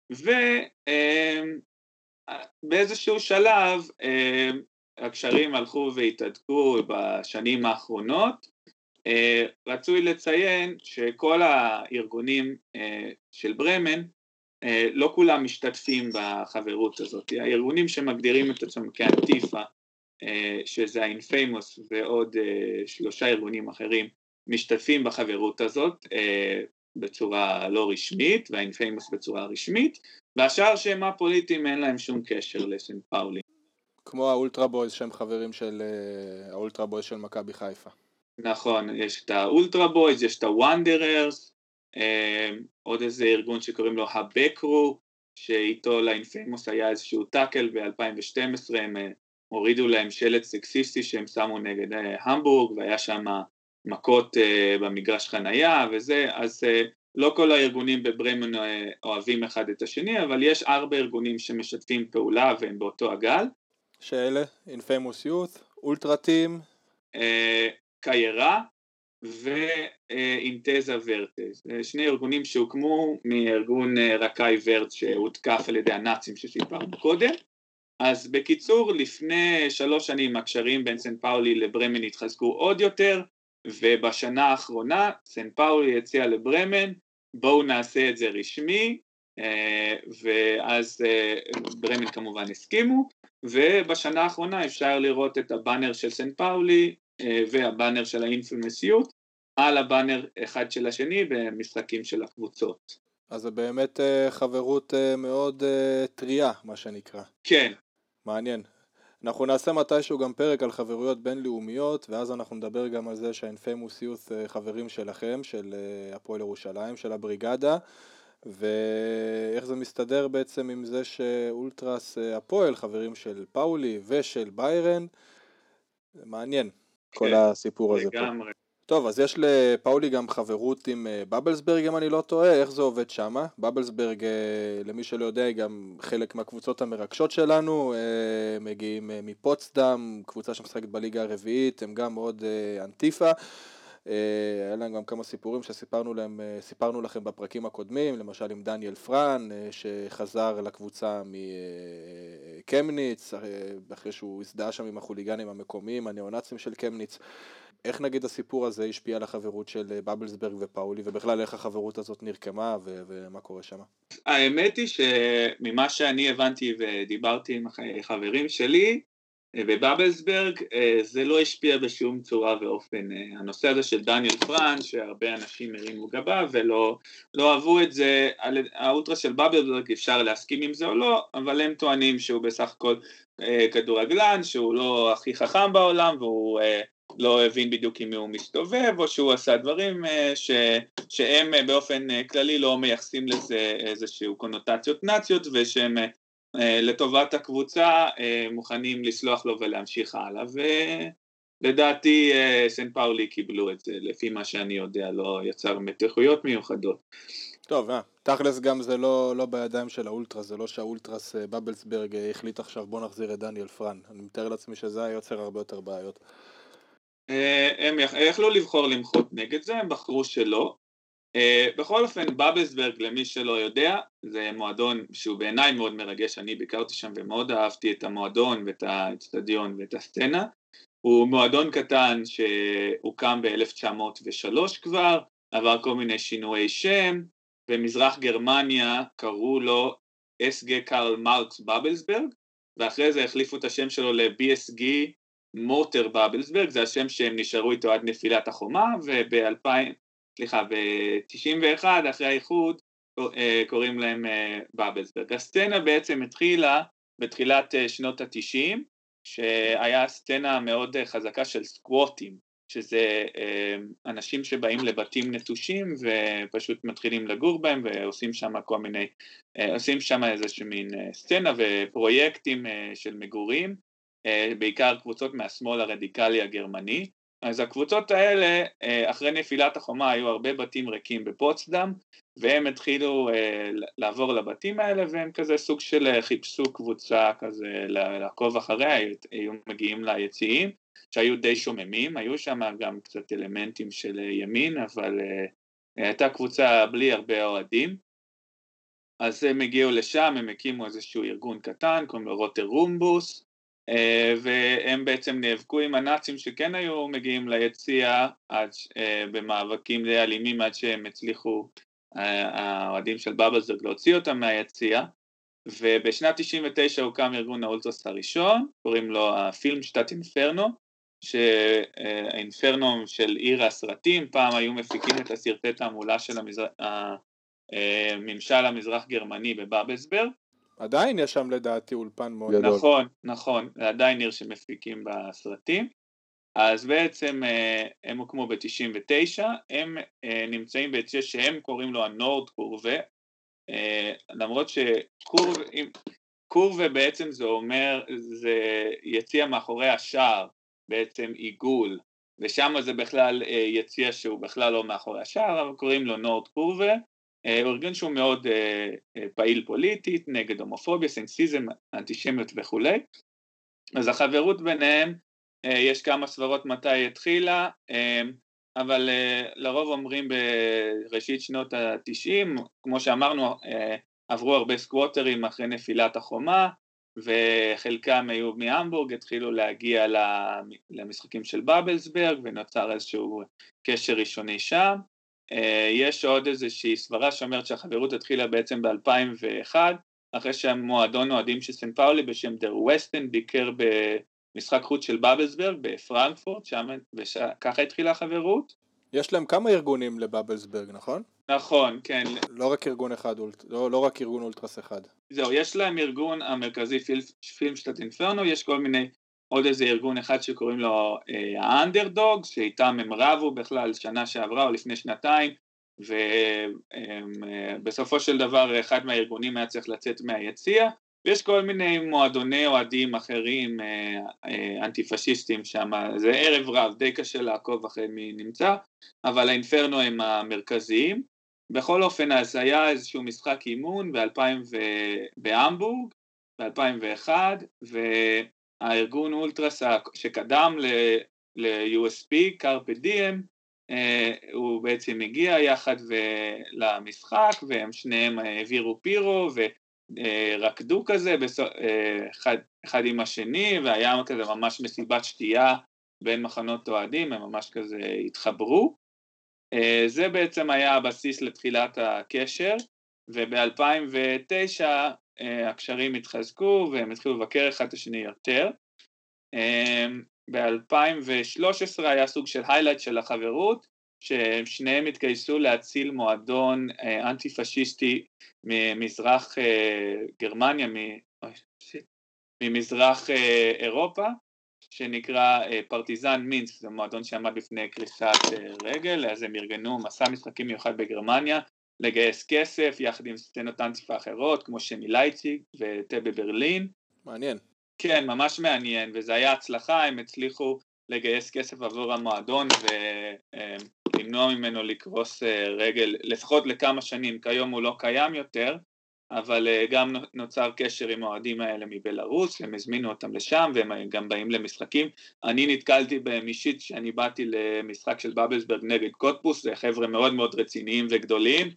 ובאיזשהו שלב הקשרים הלכו והתהדקו בשנים האחרונות, רצוי לציין שכל הארגונים של ברמן, לא כולם משתתפים בחברות הזאת, הארגונים שמגדירים את עצמם כאנטיפה, שזה האינפיימוס ועוד שלושה ארגונים אחרים, משתתפים בחברות הזאת, בצורה לא רשמית, והאינפיימוס בצורה רשמית, והשאר שהם הפוליטיים אין להם שום קשר לסן פאולי. כמו האולטרה בויז שהם חברים של האולטרה בויז של מכבי חיפה. נכון, יש את האולטרה בויז, יש את הוונדררס, עוד איזה ארגון שקוראים לו הבקרו, שאיתו לאינפיימוס היה איזשהו טאקל ב-אלפיים ושתים עשרה, הם הורידו להם שלט סקסיסטי שהם שמו נגד המבורג, והיה שם מכות במגרש חנייה וזה, אז לא כל הארגונים בברמן אוהבים אחד את השני, אבל יש ארבע ארגונים שמשתפים פעולה והם באותו הגל. שאלה, אינפיימוס יות', אולטרה טים, קיירה ואינטזה ורטז. שני ארגונים שהוקמו מארגון רקאי ורט שהותקף על ידי הנאצים שסיפרנו קודם. אז בקיצור, לפני שלוש שנים הקשרים בין סן פאולי לברמן התחזקו עוד יותר, ובשנה האחרונה סן פאולי הציע לברמן, בואו נעשה את זה רשמי, ואז ברמן כמובן הסכימו, ובשנה האחרונה אפשר לראות את הבאנר של סן פאולי, והבאנר של האינפיימוס יות' על הבאנר אחד של השני במשחקים של הקבוצות. אז זה באמת חברות מאוד טריה, מה שנקרא. כן. מעניין. אנחנו נעשה מתישהו גם פרק על חברויות בינלאומיות, ואז אנחנו נדבר גם על זה שהאינפיימוס יות' חברים שלכם, של הפועל ירושלים, של הבריגדה, ואיך זה מסתדר בעצם עם זה שאולטרס הפועל, חברים של פאולי ושל ביירן. מעניין, כן, כל הסיפור הזה לגמרי. פה. טוב, אז יש לפאולי גם חברות עם בבלסברג, אם אני לא טועה, איך זה עובד שמה? בבלסברג, למי שלא יודע, היא גם חלק מהקבוצות המרגשות שלנו, מגיעים מפוצדם, קבוצה שמשחקת בליגה הרביעית, הם גם מאוד אנטיפה, היה להם גם כמה סיפורים שסיפרנו להם, סיפרנו לכם בפרקים הקודמים, למשל עם דניאל פרן, שחזר לקבוצה מקמניץ, אחרי שהוא הזדהה שם עם החוליגנים המקומיים, הניאונאצים של קמניץ. איך נגיד הסיפור הזה השפיע על החברות של בבלסברג ופאולי, ובכלל איך החברות הזאת נרקמה ו- ומה קורה שם? האמת היא שממה שאני הבנתי ודיברתי עם חברים שלי, בבבלסברג זה לא השפיע בשום צורה ואופן. הנושא הזה של דניאל פרן, שהרבה אנשים הרימו גבה ולא לא אהבו את זה, האולטרה של בבלסברג אפשר להסכים עם זה או לא, אבל הם טוענים שהוא בסך הכל כדורגלן, שהוא לא הכי חכם בעולם, והוא לא הבין בדיוק אם הוא מסתובב, או שהוא עשה דברים ש, שהם באופן כללי לא מייחסים לזה איזשהו קונוטציות נאציות, ושהם לטובת הקבוצה מוכנים לסלוח לו ולהמשיך הלאה, ולדעתי סן פאולי קיבלו את זה, לפי מה שאני יודע, לא יצר מתיחויות מיוחדות. טוב, אה, תכלס גם זה לא, לא בידיים של האולטרס, זה לא שהאולטרס בבלסברג החליט עכשיו בוא נחזיר את דניאל פרן, אני מתאר לעצמי שזה היה יוצר הרבה יותר בעיות. הם יכלו לבחור למחות נגד זה, הם בחרו שלא. בכל אופן, בבלסברג, למי שלא יודע, זה מועדון שהוא בעיניי מאוד מרגש, אני ביקרתי שם ומאוד אהבתי את המועדון ואת האצטדיון ואת הסצנה. הוא מועדון קטן שהוקם ב-אלף תשע מאות ושלוש כבר, עבר כל מיני שינויי שם, במזרח גרמניה קראו לו אס גי קרל מרקס בבלסברג, ואחרי זה החליפו את השם שלו ל-בי אס גי מוטר בבלסברג, זה השם שהם נשארו איתו עד נפילת החומה, וב-אלפיים, סליחה, ב-תשעים ואחת אחרי האיחוד קוראים להם בבלסברג. הסצנה בעצם התחילה בתחילת שנות ה-תשעים, שהיה סצנה מאוד חזקה של סקווטים, שזה אנשים שבאים לבתים נטושים ופשוט מתחילים לגור בהם ועושים שם כל מיני, עושים שם איזושהי מין סצנה ופרויקטים של מגורים, בעיקר קבוצות מהשמאל הרדיקלי הגרמני. אז הקבוצות האלה, אחרי נפילת החומה, היו הרבה בתים ריקים בפוצדם, והם התחילו לעבור לבתים האלה, והם כזה סוג של חיפשו קבוצה כזה לעקוב אחריה, היו מגיעים ליציעים, שהיו די שוממים, היו שם גם קצת אלמנטים של ימין, אבל הייתה קבוצה בלי הרבה אוהדים, אז הם הגיעו לשם, הם הקימו איזשהו ארגון קטן, קוראים לו רוטר רומבוס, והם בעצם נאבקו עם הנאצים שכן היו מגיעים ליציע במאבקים די אלימים עד שהם הצליחו, האוהדים של בבלסברג, להוציא אותם מהיציע, ובשנת תשעים ותשע הוקם ארגון האולטרס הראשון, קוראים לו הפילם שטאט אינפרנו, שהאינפרנו של עיר הסרטים, פעם היו מפיקים את הסרטי תעמולה של המזרח, הממשל המזרח גרמני בבאבלסברג. עדיין יש שם לדעתי אולפן מאוד גדול. נכון, נכון, עדיין עיר שמפיקים בסרטים. אז בעצם הם הוקמו ב-תשעים ותשע, הם נמצאים ביציע שהם קוראים לו הנורד קורבה, למרות שקורבה בעצם זה אומר, זה יציע מאחורי השער, בעצם עיגול, ושם זה בכלל יציע שהוא בכלל לא מאחורי השער, אבל קוראים לו נורד קורבה, הוא ארגון שהוא מאוד פעיל פוליטית, נגד הומופוביה, סקסיזם, אנטישמיות וכו'. אז החברות ביניהם, יש כמה סברות מתי היא התחילה, אבל לרוב אומרים בראשית שנות ה-תשעים, כמו שאמרנו, עברו הרבה סקווטרים אחרי נפילת החומה, וחלקם היו מהמבורג, התחילו להגיע למשחקים של באבלסברג, ונוצר איזשהו קשר ראשוני שם. יש עוד איזושהי סברה שאומרת שהחברות התחילה בעצם ב-אלפיים ואחת, אחרי שהמועדון אוהדים של סן פאולי בשם דר ווסטן ביקר במשחק חוץ של באבלסברג בפרנקפורט, שם, וככה התחילה החברות. יש להם כמה ארגונים לבאבלסברג, נכון? נכון, כן. לא רק ארגון אחד, לא, לא רק ארגון אולטרס אחד. זהו, יש להם ארגון המרכזי פילמשטאט אינפרנו, יש כל מיני, עוד איזה ארגון אחד שקוראים לו האנדרדוג, שאיתם הם רבו בכלל שנה שעברה או לפני שנתיים, ובסופו של דבר אחד מהארגונים היה צריך לצאת מהיציע, ויש כל מיני מועדוני אוהדים אחרים, אנטי-פשיסטים שם, זה ערב רב, די קשה לעקוב אחרי מי נמצא, אבל האינפרנו הם המרכזיים. בכל אופן, אז היה איזשהו משחק אימון ב-אלפיים בהמבורג, ב-אלפיים ואחת, והארגון אולטרס שקדם ל-יו אס פי, קרפה דיאם, הוא בעצם הגיע יחד למשחק, והם שניהם העבירו פירו, ורקדו כזה, אחד, אחד עם השני, והיה כזה ממש מסיבת שתייה בין מחנות אוהדים, הם ממש כזה התחברו. זה בעצם היה הבסיס לתחילת הקשר, וב-אלפיים ותשע הקשרים התחזקו, והם התחילו לבקר אחד את השני יותר. ב-אלפיים ושלוש עשרה היה סוג של היילייט של החברות, ששניהם התגייסו להציל מועדון אנטי-פשיסטי ממזרח גרמניה, ממזרח אירופה, שנקרא פרטיזן מינסק, זה מועדון שעמד בפני קריסת רגל, אז הם ארגנו מסע משחקים מיוחד בגרמניה, לגייס כסף יחד עם סצנות אנטיפה אחרות, כמו שמי לייפציג ותה בברלין. מעניין. כן, ממש מעניין, וזה היה הצלחה, הם הצליחו לגייס כסף עבור המועדון ולמנוע ממנו לקרוס רגל, לפחות לכמה שנים, כיום הוא לא קיים יותר, אבל גם נוצר קשר עם האוהדים האלה מבלרוס, הם הזמינו אותם לשם, והם גם באים למשחקים. אני נתקלתי בהם אישית, שאני באתי למשחק של באבלסברג נגד קוטבוס, זה חבר'ה מאוד מאוד רציניים וגדולים,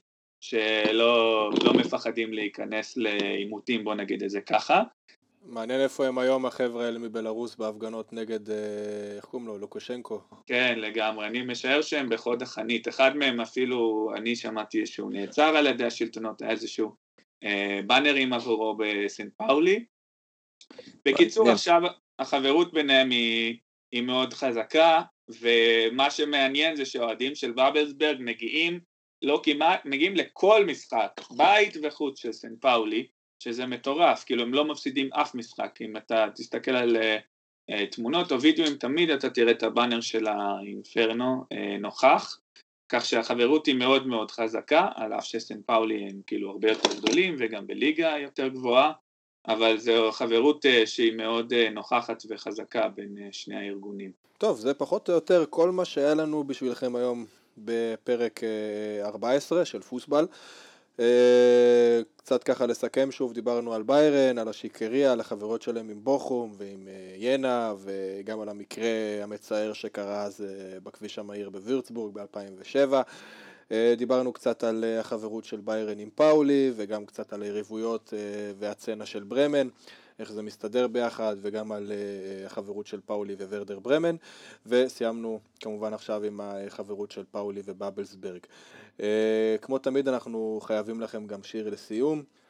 שלא לא מפחדים להיכנס לעימותים, בוא נגיד את זה ככה. מעניין איפה הם היום החבר'ה האלה מבלרוס בהפגנות נגד, איך קוראים לו, לוקושנקו. כן, לגמרי, אני משער שהם בחוד החנית, אחד מהם אפילו, אני שמעתי שהוא נעצר על ידי השלטונות, היה איזשהו בנרים עבורו בסן פאולי. בקיצור, עכשיו החברות ביניהם היא, היא מאוד חזקה, ומה שמעניין זה שהאוהדים של באבלסברג מגיעים, לא כמעט, מגיעים לכל משחק, בית וחוץ של סן פאולי, שזה מטורף, כאילו הם לא מפסידים אף משחק, אם אתה תסתכל על uh, תמונות או וידאוים, תמיד אתה תראה את הבאנר של האינפרנו uh, נוכח, כך שהחברות היא מאוד מאוד חזקה, על אף שסן פאולי הם כאילו הרבה יותר גדולים, וגם בליגה יותר גבוהה, אבל זו חברות uh, שהיא מאוד uh, נוכחת וחזקה בין uh, שני הארגונים. טוב, זה פחות או יותר כל מה שהיה לנו בשבילכם היום בפרק uh, ארבע עשרה של פוסבל. Uh, קצת ככה לסכם שוב, דיברנו על ביירן, על השיקריה, על החברות שלהם עם בוכום ועם uh, ינה, וגם על המקרה המצער שקרה אז uh, בכביש המהיר בווירצבורג ב-אלפיים ושבע. Uh, דיברנו קצת על uh, החברות של ביירן עם פאולי, וגם קצת על היריבויות uh, והצנה של ברמן, איך זה מסתדר ביחד, וגם על uh, החברות של פאולי וורדר ברמן, וסיימנו כמובן עכשיו עם החברות של פאולי ובאבלסברג. Uh, כמו תמיד אנחנו חייבים לכם גם שיר לסיום,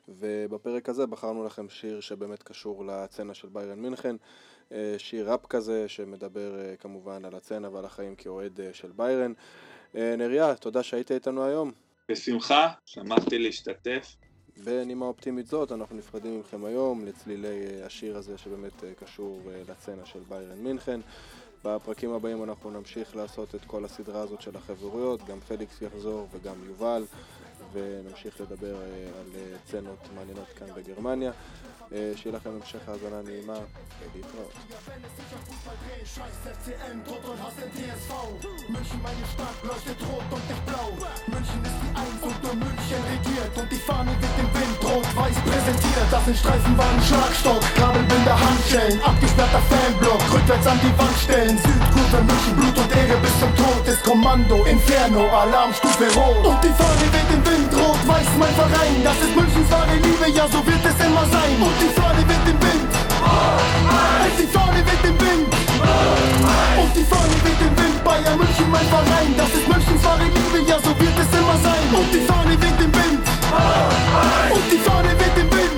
ובפרק הזה בחרנו לכם שיר שבאמת קשור לצנה של ביירן מינכן, שיר ראפ כזה שמדבר כמובן על הצנה ועל החיים כאוהד של ביירן. נריה, תודה שהיית איתנו היום. בשמחה, שמחתי להשתתף. בנימה אופטימית זאת, אנחנו נפרדים מכם היום לצלילי השיר הזה שבאמת קשור לצנה של ביירן מינכן. בפרקים הבאים אנחנו נמשיך לעשות את כל הסדרה הזאת של החברויות, גם פליקס יחזור וגם יובל, ונמשיך לדבר על צנות מעניינות כאן בגרמניה. שיהיה לכם המשך האזנה נעימה ולהתראות. München, meine Stadt, leuchtet rot und nicht blau. München ist die Eins und nur München regiert. Und die Fahne wird im Wind rot-weiß präsentiert. Das sind Streifenwagen, Schlagstock, Kabelbinder, Handschellen, abgesperrter Fanblock, rückwärts an die Wand stellen. Südkurve, München, Blut und Ehre bis zum Tod ist Kommando, Inferno, Alarmstufe rot. Und die Fahne wird im Wind rot-weiß, mein Verein. Das ist Münchens wahre Liebe, ja so wird es immer sein. Und die Fahne wird im Wind, und die Fahne wird im Wind, und die Fahne wird im Wind. Bayern München, mein Verein, das ist Münchens wahre Liebe, ja so wird es immer sein. Und die Fahne wird im Wind, und die Fahne wird im Wind.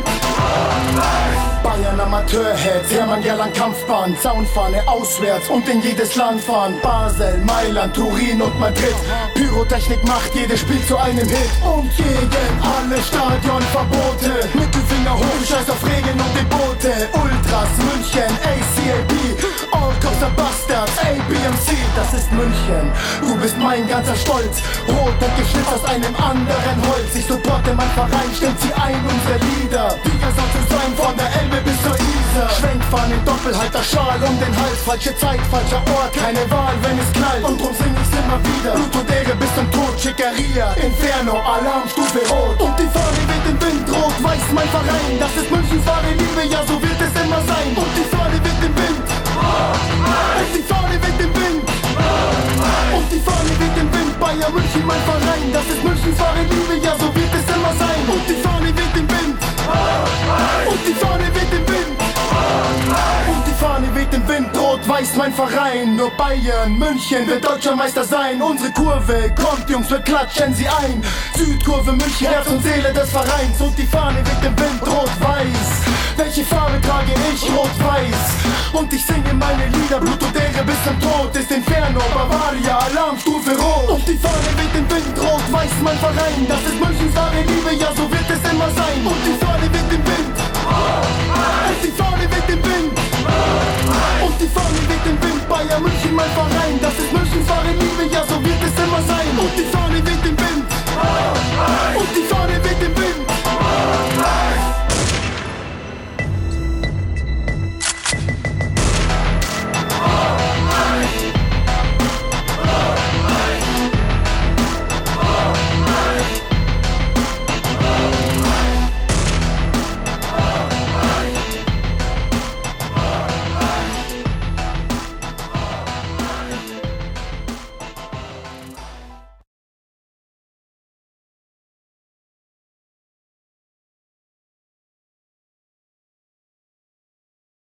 Bayern Amateurheads, Hermann Gerland Kampfbahn, Zaunfahne auswärts und in jedes Land fahren. Basel, Mailand, Turin und Madrid. Pyrotechnik macht jedes Spiel zu einem Hit. Und gegen alle Stadionverbote. Mittelfinger hoch, scheiß auf Regeln und Gebote. Ultras, München, A C A B, All Cops are Bastards, A B M C, das ist München. Du bist mein ganzer Stolz, rot und geschnitzt aus einem anderen Holz. Ich supporte mein Verein, stimmt sie ein, unsere Lieder. Liga soll zu sein, von der Elbe bis zur Isar. Schwenkfahne, Doppelhalter, Schal um den Hals. Falsche Zeit, falscher Ort, keine Wahl, wenn es knallt. Und drum sing ich's immer wieder. Blut und Ehre bis zum Tod, Schickeria, Inferno, Alarmstufe rot. Und die Fahne wird im Wind rot, weiß mein Verein. Das ist Münchens wahre Liebe, ja so wird es immer sein. Und die Fahne wird im Wind, und die Fahne wird im Wind, und die Fahne wird im Wind. Bayern München, mein Verein. Das ist Münchens wahre Liebe, ja so wird es immer sein. Und die Fahne wird im Wind, und die Fahne wird im Wind, und die Fahne weht im Wind, rot-weiß mein Verein. Nur Bayern München wird deutscher Meister sein. Unsere Kurve kommt, Jungs, wir klatschen sie ein. Südkurve München, Herz und Seele des Vereins. Und die Fahne weht im Wind, rot-weiß. Welche Farbe trage ich? Rot-weiß. Und ich singe meine Lieder, Blut und Ehre bis zum Tod ist Inferno, Bavaria, Alarmstufe rot. Und die Fahne weht im Wind, rot-weiß mein Verein. Das ist Münchens wahre Liebe, ja so wird es immer sein. Und die Fahne weht im Wind, und die Fahne weht im Wind, und die Fahne weht im Wind. Bayern München, mein Verein. Das